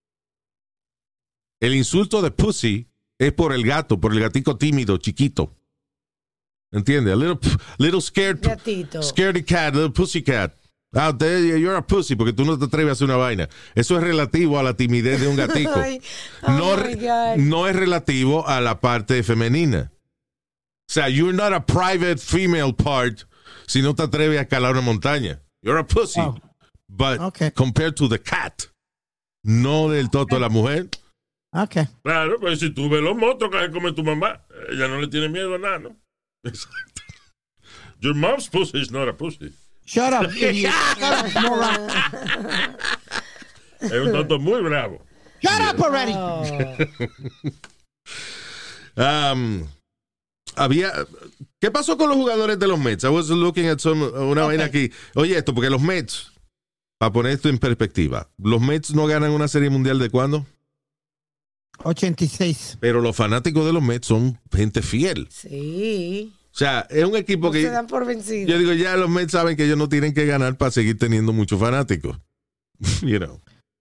El insulto de pussy es por el gato, por el gatico tímido, chiquito. ¿Entiendes? A little scared Gatito. Scaredy cat, little pussy cat. Out there, you're a pussy porque tú no te atreves a hacer una vaina. Eso es relativo a la timidez de un gatico. No es relativo a la parte femenina. O sea, you're not a private female part si no te atreves a escalar una montaña. You're a pussy. Oh. But Okay. compared to the cat, no del toto de la mujer. Okay. Claro, pues si tú ves los monstruos que come tu mamá, ella no le tiene miedo a nada, ¿no? Exacto. Your mom's pussy is not a pussy. Shut up, idiot. Shut up, moron. Es un tonto muy bravo. Shut up already. ¿Qué pasó con los jugadores de los Mets? I was looking at una vaina aquí. Oye, esto, porque los Mets, para poner esto en perspectiva, los Mets no ganan una serie mundial ¿de cuándo? 86. Pero los fanáticos de los Mets son gente fiel. Sí. O sea, es un equipo No que... se dan por vencidos. Yo digo, ya los Mets saben que ellos no tienen que ganar para seguir teniendo muchos fanáticos. You know.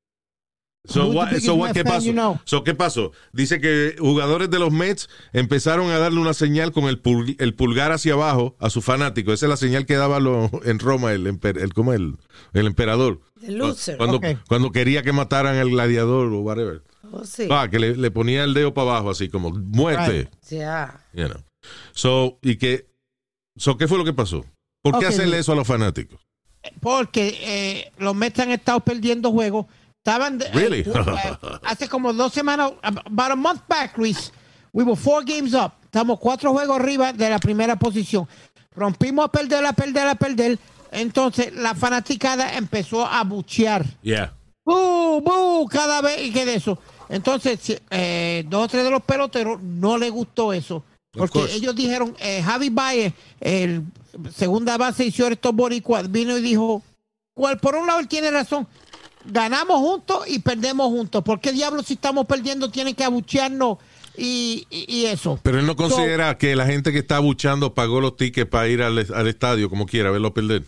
¿Qué pasó? ¿Qué pasó? Dice que jugadores de los Mets empezaron a darle una señal con el pulgar hacia abajo a sus fanáticos. Esa es la señal que daba en Roma el emperador. The loser. Cuando quería que mataran al gladiador o whatever. Oh, sí. Que le ponía el dedo para abajo así como muerte. Ya. You know. ¿Qué fue lo que pasó? ¿Por qué hacerle eso a los fanáticos? Porque los Mets han estado perdiendo juegos. Estaban Really? Hace como 2 semanas, about a month back, Luis, we were 4 games up. Estamos 4 juegos arriba de la primera posición. Rompimos a perder. Entonces la fanaticada empezó a buchear. Yeah. ¡Bú! Cada vez y que de eso. Entonces 2 o 3 de los peloteros no les gustó eso. Porque ellos dijeron, Javi Baez, el segunda base y estos boricuas, vino y dijo, por un lado él tiene razón. Ganamos juntos y perdemos juntos. ¿Por qué diablos si estamos perdiendo tienen que abuchearnos y eso? Pero él no considera que la gente que está abuchando pagó los tickets para ir al estadio como quiera, verlo perder.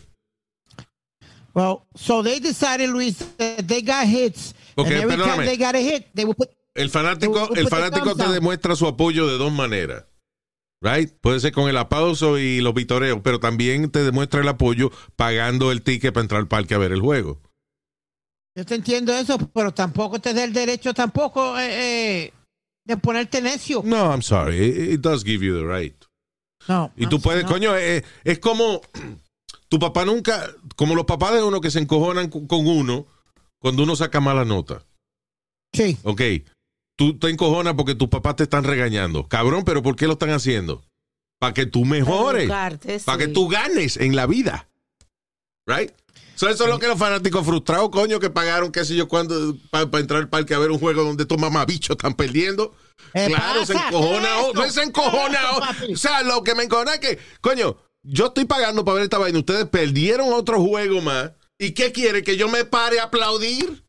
Well, so they decided, Luis, that they got hits. Porque, and every time they got a hit, they would put... El fanático te demuestra su apoyo de 2 maneras. Right? Puede ser con el aplauso y los vitoreos, pero también te demuestra el apoyo pagando el ticket para entrar al parque a ver el juego. Yo te entiendo eso, pero tampoco te da el derecho tampoco de ponerte necio. No, I'm sorry. It does give you the right. No. Y tú puedes, coño, es como tu papá nunca, como los papás de uno que se encojonan con uno cuando uno saca mala nota. Sí. Ok. Tú te encojonas porque tus papás te están regañando. Cabrón, pero ¿por qué lo están haciendo? Para que tú mejores. Para que tú ganes en la vida. Right? Eso es lo que los fanáticos frustrados, coño, que pagaron, qué sé yo, cuándo, para entrar al parque a ver un juego donde estos mamabichos están perdiendo. Claro, se encojona. No se encojona. O sea, lo que me encojona es que, coño, yo estoy pagando para ver esta vaina. Ustedes perdieron otro juego más. ¿Y qué quiere? ¿Que yo me pare a aplaudir?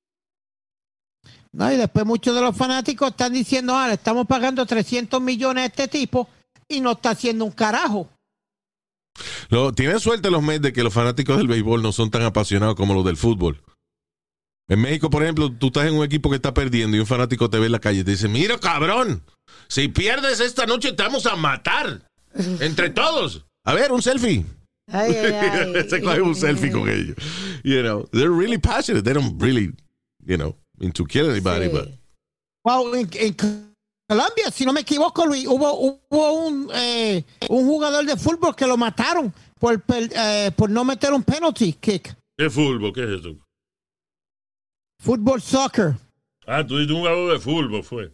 No, y después muchos de los fanáticos están diciendo, le estamos pagando 300 millones a este tipo y no está haciendo un carajo. Tienen suerte los Mets de que los fanáticos del béisbol no son tan apasionados como los del fútbol. En México, por ejemplo, tú estás en un equipo que está perdiendo y un fanático te ve en la calle y te dice, mira, cabrón, si pierdes esta noche te vamos a matar. Entre todos. A ver, un selfie. Ay. Se coge un selfie con ellos. You know, they're really passionate. They don't really, mean to kill anybody, but... Wow, en Colombia, si no me equivoco, Luis, hubo un jugador de fútbol que lo mataron por no meter un penalty kick. ¿Qué fútbol? ¿Qué es eso? Fútbol, soccer. Ah, tú dices un jugador de fútbol, fue.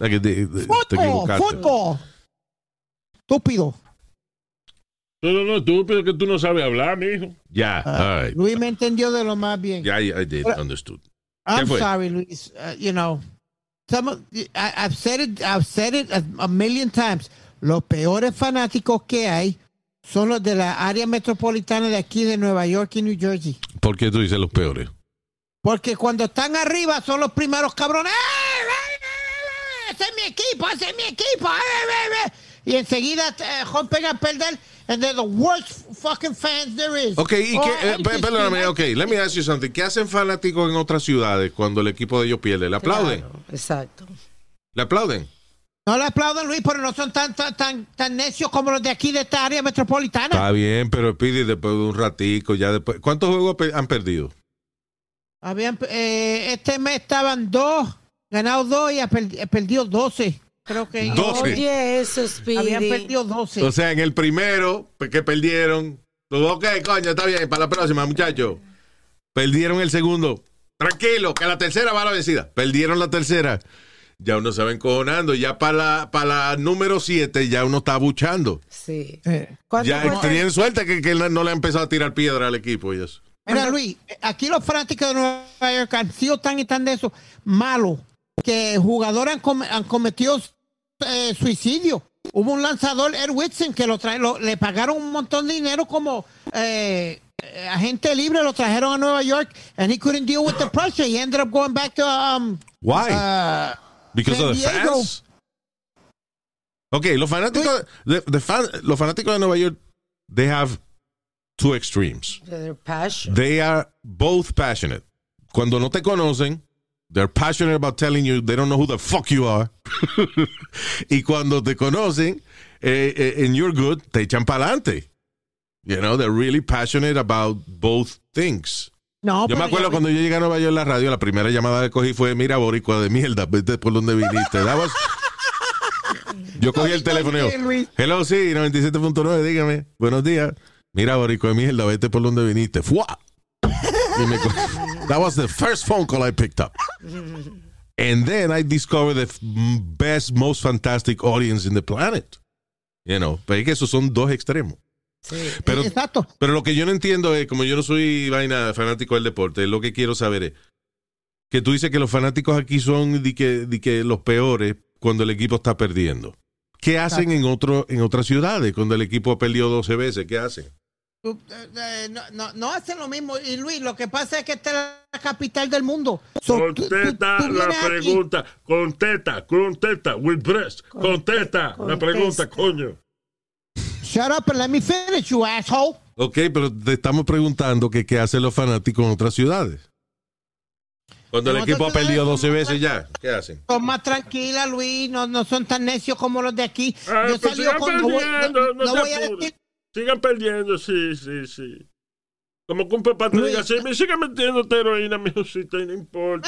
Fútbol. Estúpido. No, estúpido que tú no sabes hablar, mijo. Yeah, all right. Luis me entendió de lo más bien. Yeah, I did, understood. I'm sorry, Luis. I've said it a million times. Los peores fanáticos que hay son los de la área metropolitana de aquí de Nueva York y New Jersey. ¿Por qué tú dices los peores? Porque cuando están arriba son los primeros cabrones. ¡Ese es mi equipo! Y enseguida rompen a perder. And they're the worst fucking fans there is. Okay, perdóname, let me ask you something. ¿Qué hacen fanáticos en otras ciudades cuando el equipo de ellos pierde? ¿Le aplauden? Claro, exacto. ¿Le aplauden? No le aplauden, Luis, pero no son tan necios como los de aquí de esta área metropolitana. Está bien, pero pide después de un ratico, ya después. ¿Cuántos juegos han perdido? Este mes estaban 2, ganado 2 y perdido 12. Creo que 12. Oye, eso, Speedy. Habían perdido 12. O sea, en el primero, que perdieron. Ok, coño, está bien, para la próxima, muchachos. Perdieron el segundo. Tranquilo, que la tercera va a la vencida. Perdieron la tercera. Ya uno se va encojonando. Ya para la número 7 ya uno está abuchando. Sí. Ya tienen suerte que no le ha empezado a tirar piedra al equipo y eso. Mira, Luis, aquí los fanáticos de Nueva York han sido tan y tan de eso malos que jugadores han cometido suicidio. Hubo un lanzador, Ed Whitson, que le pagaron un montón de dinero como agente libre, lo trajeron a Nueva York, and he couldn't deal with the pressure. He ended up going back to Why? Because San of the Diego. fans? Okay, los fanáticos de Nueva York, they have two extremes. They're passionate. They are both passionate. Cuando no te conocen, they're passionate about telling you they don't know who the fuck you are. Y cuando te conocen, and you're good, te echan para adelante. They're really passionate about both things. No, yo me acuerdo cuando yo llegué a Nueva York en la radio, la primera llamada que cogí fue, mira, boricua de mierda, vete por donde viniste. Yo cogí el teléfono y yo, hello, sí, 97.9, dígame, buenos días. Mira, boricua de mierda, vete por donde viniste. ¡Fua! That was the first phone call I picked up. And then I discovered the best, most fantastic audience in the planet. Pero es que esos son dos extremos. Sí. Pero, exacto. Pero lo que yo no entiendo es, como yo no soy fanático del deporte, lo que quiero saber es que tú dices que los fanáticos aquí son de que los peores cuando el equipo está perdiendo. ¿Qué hacen en otras ciudades cuando el equipo ha perdido 12 veces? ¿Qué hacen? No hacen lo mismo. Y Luis, lo que pasa es que esta es la capital del mundo. Contesta la pregunta. Contesta. With breast. Contesta la pregunta, coño. Shut up and let me finish, you asshole. Ok, pero te estamos preguntando que qué hacen los fanáticos en otras ciudades. Cuando el equipo ha perdido 12 veces ya, ¿qué hacen? Son más tranquilas, Luis. No son tan necios como los de aquí. Yo pues sigan perdiendo. No voy a decir. Sigan perdiendo, sí. Como que un papá te diga, sí, me sigan metiendo heroína, mi hijosita, y no importa.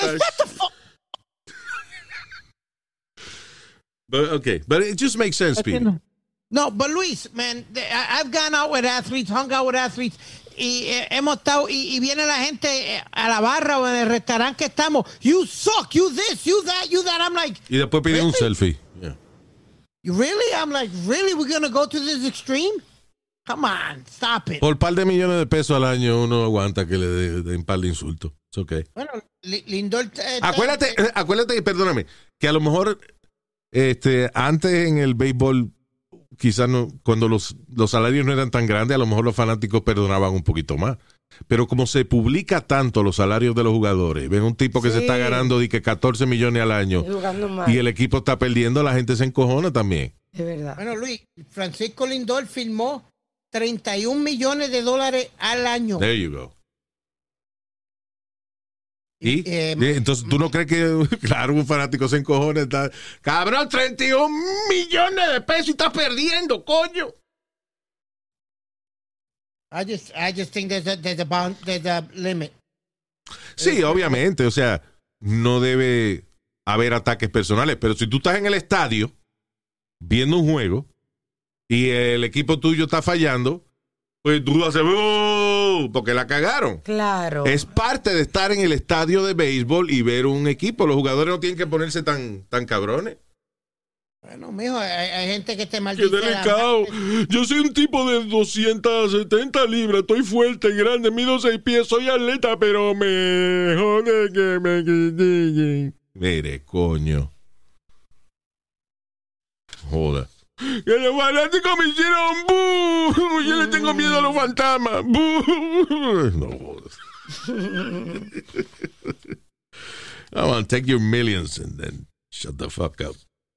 But it just makes sense, Peter. No, but Luis, man, I've gone out with athletes, hung out with athletes, y hemos estado, y viene la gente a la barra o en el restaurante que estamos, you suck, you this, you that, I'm like... Y después piden un selfie. Yeah. You really? I'm like, really? We're going to go to this extreme? Come on, stop it. Por par de millones de pesos al año uno aguanta que le den un par de insultos. It's okay. Bueno, Lindor... Acuérdate, perdóname, que a lo mejor antes en el béisbol quizás no, cuando los salarios no eran tan grandes, a lo mejor los fanáticos perdonaban un poquito más. Pero como se publica tanto los salarios de los jugadores, ven un tipo que se está ganando de que 14 millones al año y el equipo está perdiendo, la gente se encojona también. Es verdad. Bueno, Luis, Francisco Lindor firmó $31 millones al año. There you go. ¿Y? Entonces, ¿tú no crees que, claro, un fanático se encojona? Está, cabrón, 31 millones de pesos y está perdiendo, coño. I just think there's a limit. Sí, obviamente, o sea, no debe haber ataques personales, pero si tú estás en el estadio viendo un juego y el equipo tuyo está fallando, pues tú haces porque la cagaron. Claro. Es parte de estar en el estadio de béisbol y ver un equipo. Los jugadores no tienen que ponerse tan cabrones. Bueno, mijo, hay gente que te maldice. Qué delicado. Yo soy un tipo de 270 libras, estoy fuerte y grande, mido 6 pies, soy atleta, pero me jode que me critiquen. Mire, coño. Joda. Que los fanáticos me hicieron ¡bú! Yo le tengo miedo a los fantasmas. ¡Bú! No jodas. I want to take your millions and then shut the fuck up.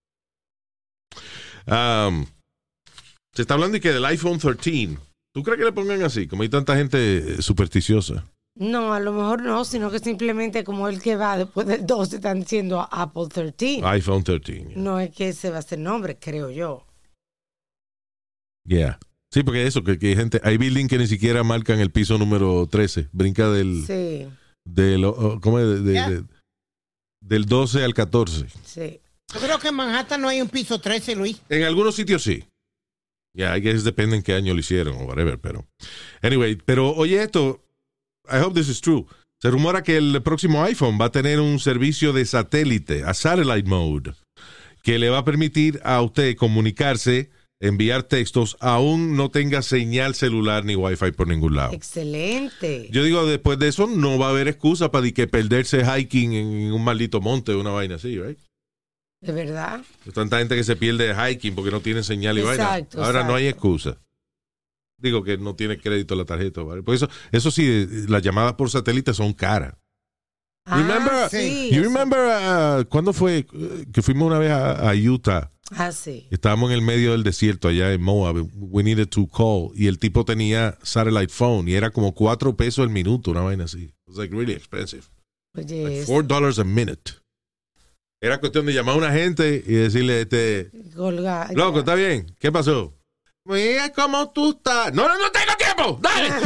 Se está hablando de que del iPhone 13. ¿Tú crees que le pongan así? Como hay tanta gente supersticiosa. No, a lo mejor no, sino que simplemente como el que va después del 12 están diciendo Apple 13. iPhone 13. Yeah. No es que ese va a ser nombre, creo yo. Yeah. Sí, porque eso, que hay gente, hay building que ni siquiera marcan el piso número 13. Brinca del... Sí. ¿Cómo es? Del 12 al 14. Sí. Yo creo que en Manhattan no hay un piso 13, Luis. En algunos sitios sí. Ya, I guess depende en qué año lo hicieron o whatever, pero... Anyway, pero oye esto, I hope this is true. Se rumora que el próximo iPhone va a tener un servicio de satélite, a satellite mode, que le va a permitir a usted comunicarse, enviar textos, aún no tenga señal celular ni Wi-Fi por ningún lado. Excelente. Yo digo, después de eso no va a haber excusa para que perderse hiking en un maldito monte o una vaina así, right? ¿De verdad? Hay tanta gente que se pierde de hiking porque no tiene señal y vaina. Ahora exacto. No hay excusa. Digo que no tiene crédito la tarjeta, ¿vale? Por eso sí, las llamadas por satélite son caras. Sí, you remember ¿cuándo fue que fuimos una vez a Utah? Sí. Estábamos en el medio del desierto allá en Moab. We needed to call. Y el tipo tenía satellite phone y era como $4 el minuto, una vaina así. It was like really expensive. Oye, like $4 a minute. Era cuestión de llamar a una gente y decirle, Colga, loco, ¿está bien? ¿Qué pasó? Mira cómo tú estás. No tengo tiempo.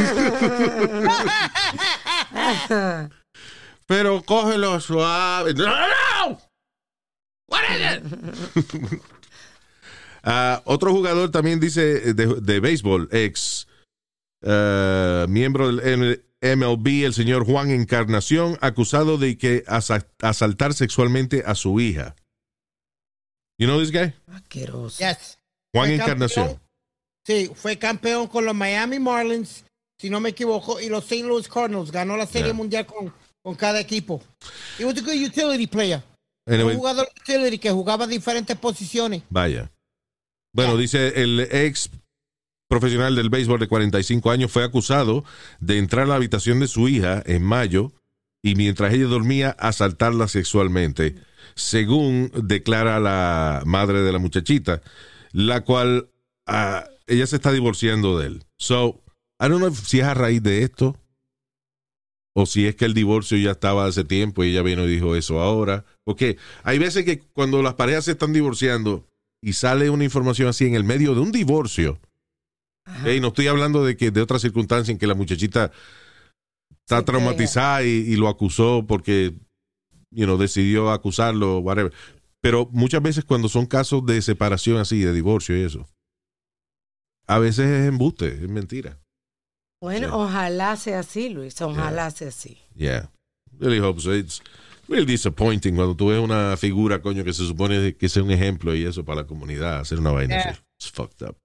¡Dale! Pero cógelo suave. No. What is it? Otro jugador también dice de béisbol, ex miembro del MLB, el señor Juan Encarnación, acusado de que asaltar sexualmente a su hija. You know this guy? Asqueroso. Yes. Juan Fue Encarnación. Campeón, sí, fue campeón con los Miami Marlins, si no me equivoco, y los St. Louis Cardinals. Ganó la Serie Mundial con cada equipo. He was a good utility player. Anyway, Un jugador utility que jugaba diferentes posiciones. Vaya. Bueno, dice el ex profesional del béisbol de 45 años fue acusado de entrar a la habitación de su hija en mayo y mientras ella dormía asaltarla sexualmente, según declara la madre de la muchachita, la cual ella se está divorciando de él. So, I don't know si es a raíz de esto o si es que el divorcio ya estaba hace tiempo y ella vino y dijo eso ahora. Porque hay veces que cuando las parejas se están divorciando y sale una información así en el medio de un divorcio, no estoy hablando de otra circunstancia en que la muchachita está traumatizada y lo acusó porque decidió acusarlo, whatever. Pero muchas veces cuando son casos de separación así, de divorcio y eso, a veces es embuste, es mentira. Bueno, ojalá sea así, Luis. Ojalá sea así. Yeah. Really hope so. It's really disappointing cuando tú ves una figura, coño, que se supone que sea un ejemplo y eso para la comunidad, hacer una vaina así. It's fucked up.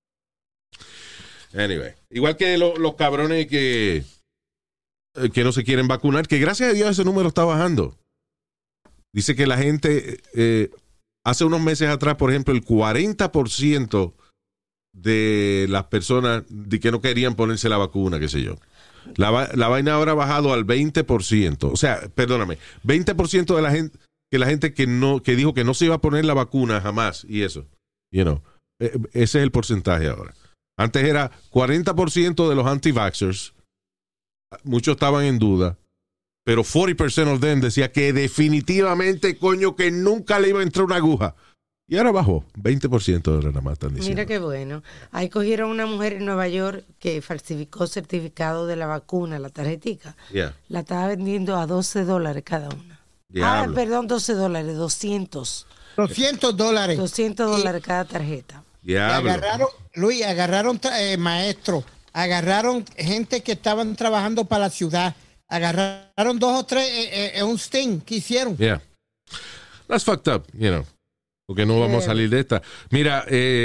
Anyway. Igual que los cabrones que no se quieren vacunar, que gracias a Dios ese número está bajando. Dice que la gente, hace unos meses atrás, por ejemplo, el 40% de las personas de que no querían ponerse la vacuna, qué sé yo. La vaina ahora ha bajado al 20%. O sea, perdóname, 20% de la gente que dijo que no se iba a poner la vacuna jamás y eso. Ese es el porcentaje ahora. Antes era 40% de los anti-vaxxers. Muchos estaban en duda. Pero 40% of them decía que definitivamente, coño, que nunca le iba a entrar una aguja. Y ahora bajó. 20% de la nada más están diciendo. Mira qué bueno. Ahí cogieron una mujer en Nueva York que falsificó certificado de la vacuna, la tarjetica. Yeah. La estaba vendiendo a $12 cada una. Diablo. Perdón, $12, 200. $200. $200 cada tarjeta. Diablo. Agarraron maestros, agarraron gente que estaban trabajando para la ciudad, agarraron 2 o 3 en un sting que hicieron. Yeah. That's fucked up, you know. Porque no vamos a salir de esta. Mira,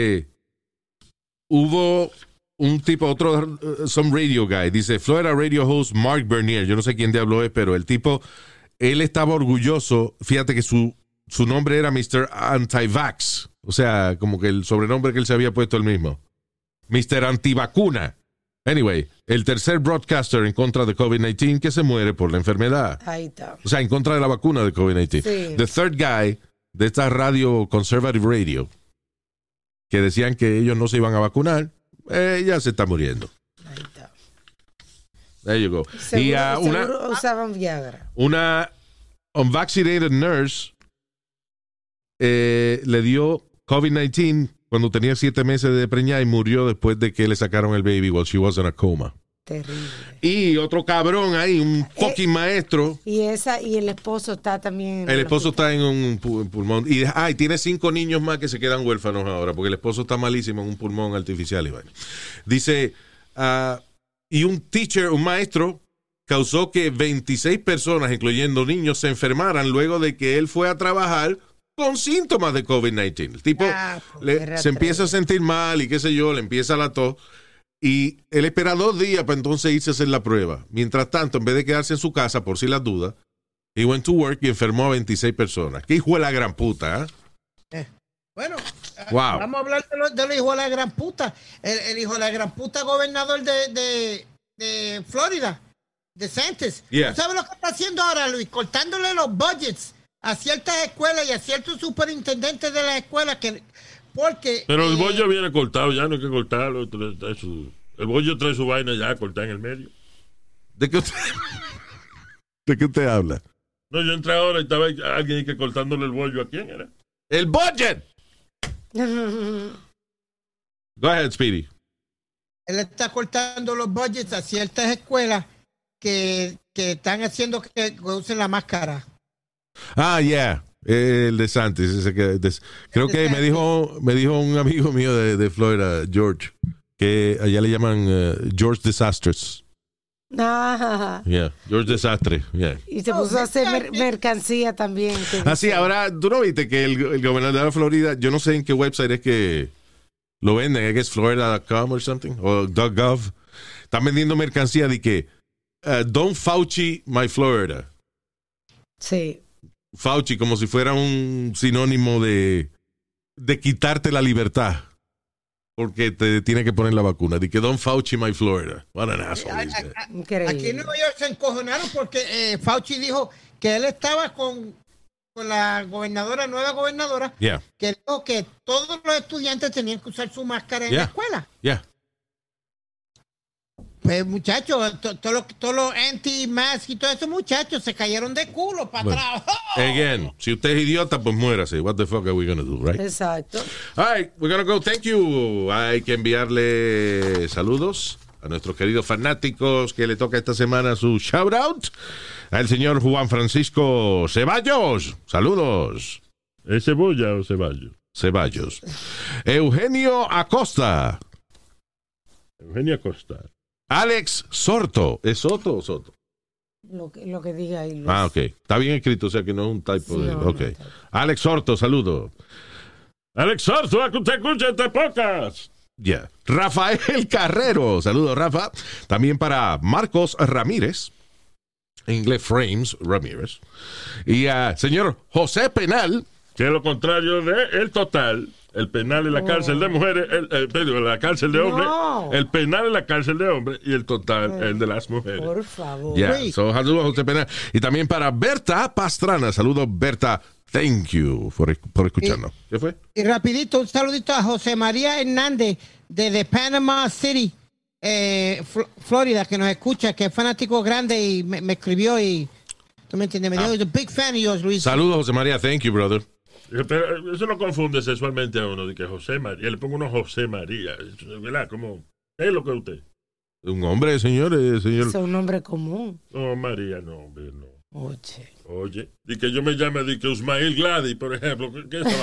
hubo un tipo, some radio guy, dice Florida radio host Mark Bernier. Yo no sé quién diablo es, pero el tipo, él estaba orgulloso. Fíjate que su nombre era Mr. Anti-Vax. O sea, como que el sobrenombre que él se había puesto él mismo. Mr. Antivacuna. Anyway, el tercer broadcaster en contra de COVID-19 que se muere por la enfermedad. Ahí está. O sea, en contra de la vacuna de COVID-19. Sí. The third guy de esta radio, Conservative Radio, que decían que ellos no se iban a vacunar, ya se está muriendo. Ahí está. There you go. Seguro usaban Viagra. Una unvaccinated nurse le dio COVID-19 cuando tenía 7 meses de preñada y murió después de que le sacaron el baby while she was in a coma. Terrible. Y otro cabrón ahí, un fucking maestro. Y el esposo está también. El esposo está en un pulmón. Y tiene 5 niños más que se quedan huérfanos ahora, porque el esposo está malísimo en un pulmón artificial. Y bueno. Dice, y un maestro, causó que 26 personas, incluyendo niños, se enfermaran luego de que él fue a trabajar con síntomas de COVID-19. El tipo se empieza a sentir mal y qué sé yo, le empieza la tos. Y él espera 2 días para entonces irse a hacer la prueba. Mientras tanto, en vez de quedarse en su casa, por si las dudas, he went to work y enfermó a 26 personas. ¿Qué hijo de la gran puta? Bueno, wow. Vamos a hablar del hijo de la gran puta. El hijo de la gran puta gobernador de Florida, DeSantis. Yeah. ¿Tú sabes lo que está haciendo ahora, Luis? Cortándole los budgets a ciertas escuelas y a ciertos superintendentes de las escuelas Pero el bollo viene cortado, ya no hay que cortarlo. El bollo trae su vaina ya cortada en el medio. ¿De qué usted habla? No, yo entré ahora y estaba alguien que cortándole el bollo. ¿A quién era? ¡El budget! Go ahead, Speedy. Él está cortando los budgets a ciertas escuelas que están haciendo que usen la máscara. Yeah. El de Santis. Creo que me dijo un amigo mío de Florida, George, que allá le llaman George Disasters. Yeah, George Desastre. Yeah. Y se puso a hacer mercancía también. Sí, ahora, ¿tú no viste que el gobernador de Florida, yo no sé en qué website es que lo venden, I guess Florida.com or something, o .gov, están vendiendo mercancía de que Don't Fauci my Florida. Sí. Fauci como si fuera un sinónimo de quitarte la libertad porque te tiene que poner la vacuna. De que Don't Fauci my Florida. What an asshole. Aquí en Nueva York se encojonaron porque Fauci dijo que él estaba con la nueva gobernadora, que dijo que todos los estudiantes tenían que usar su máscara en la escuela. Pues muchachos, todos los anti-mask y todos esos muchachos se cayeron de culo para atrás. Again, si usted es idiota, pues muérase. What the fuck are we going to do, right? Exacto. All right, we're going to go. Thank you. Hay que enviarle saludos a nuestros queridos fanáticos que le toca esta semana su shout out al señor Juan Francisco Ceballos. Saludos. ¿Es Cebolla o Ceballos? Ceballos. Eugenio Acosta. Eugenio Acosta. Alex Sorto. ¿Es Soto o Soto? Lo que diga ahí. Luis. Ok. Está bien escrito, o sea que no es un typo. Sí, ok. No, Alex Sorto, saludo. Alex Sorto, a que usted escucha este podcast. Yeah. Rafael Carrero. Saludos, Rafa. También para Marcos Ramírez. En inglés, Frames Ramírez. Y señor José Penal. Que es lo contrario de el total. El penal en la cárcel de mujeres, la cárcel de hombres, el penal en la cárcel de hombres y el total, el de las mujeres. Por favor. Saludos, José Penal. Y también para Berta Pastrana. Saludos, Berta Thank you por escucharnos. ¿Qué fue? Y rapidito, un saludito a José María Hernández de Panama City, Florida, que nos escucha, que es fanático grande y me escribió y tú me entiendes, me dijo, es un big fan de yours, Luis. Saludos, José María. Thank you, brother. Pero eso no confunde sexualmente a uno, de que José María, le pongo uno José María, ¿verdad? ¿Cómo? ¿Qué es lo que es usted? Un hombre, señor. Es un nombre común. No, María, no, hombre, no. Oye. Y que yo me llame de que Usmail Gladys, por ejemplo. ¿Qué es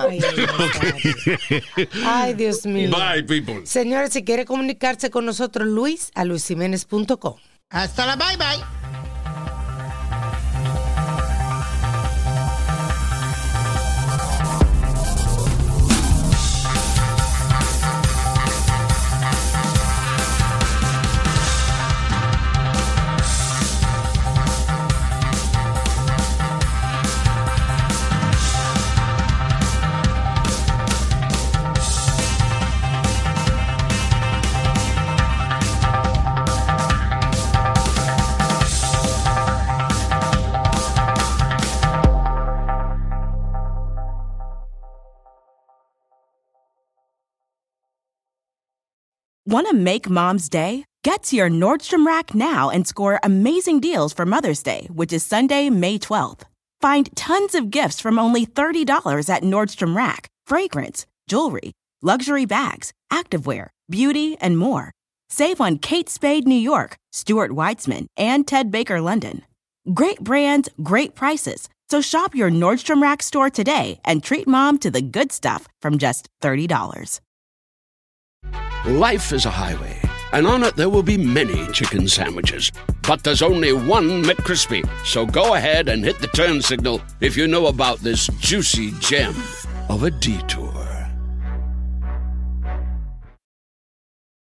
Ay, Dios mío. Bye, people. Señores, si quiere comunicarse con nosotros, Luis, a luisjimenez.com. Hasta la bye. Want to make Mom's Day? Get to your Nordstrom Rack now and score amazing deals for Mother's Day, which is Sunday, May 12th. Find tons of gifts from only $30 at Nordstrom Rack. Fragrance, jewelry, luxury bags, activewear, beauty, and more. Save on Kate Spade New York, Stuart Weitzman, and Ted Baker London. Great brands, great prices. So shop your Nordstrom Rack store today and treat Mom to the good stuff from just $30. Life is a highway, and on it there will be many chicken sandwiches. But there's only one McCrispy. So go ahead and hit the turn signal if you know about this juicy gem of a detour.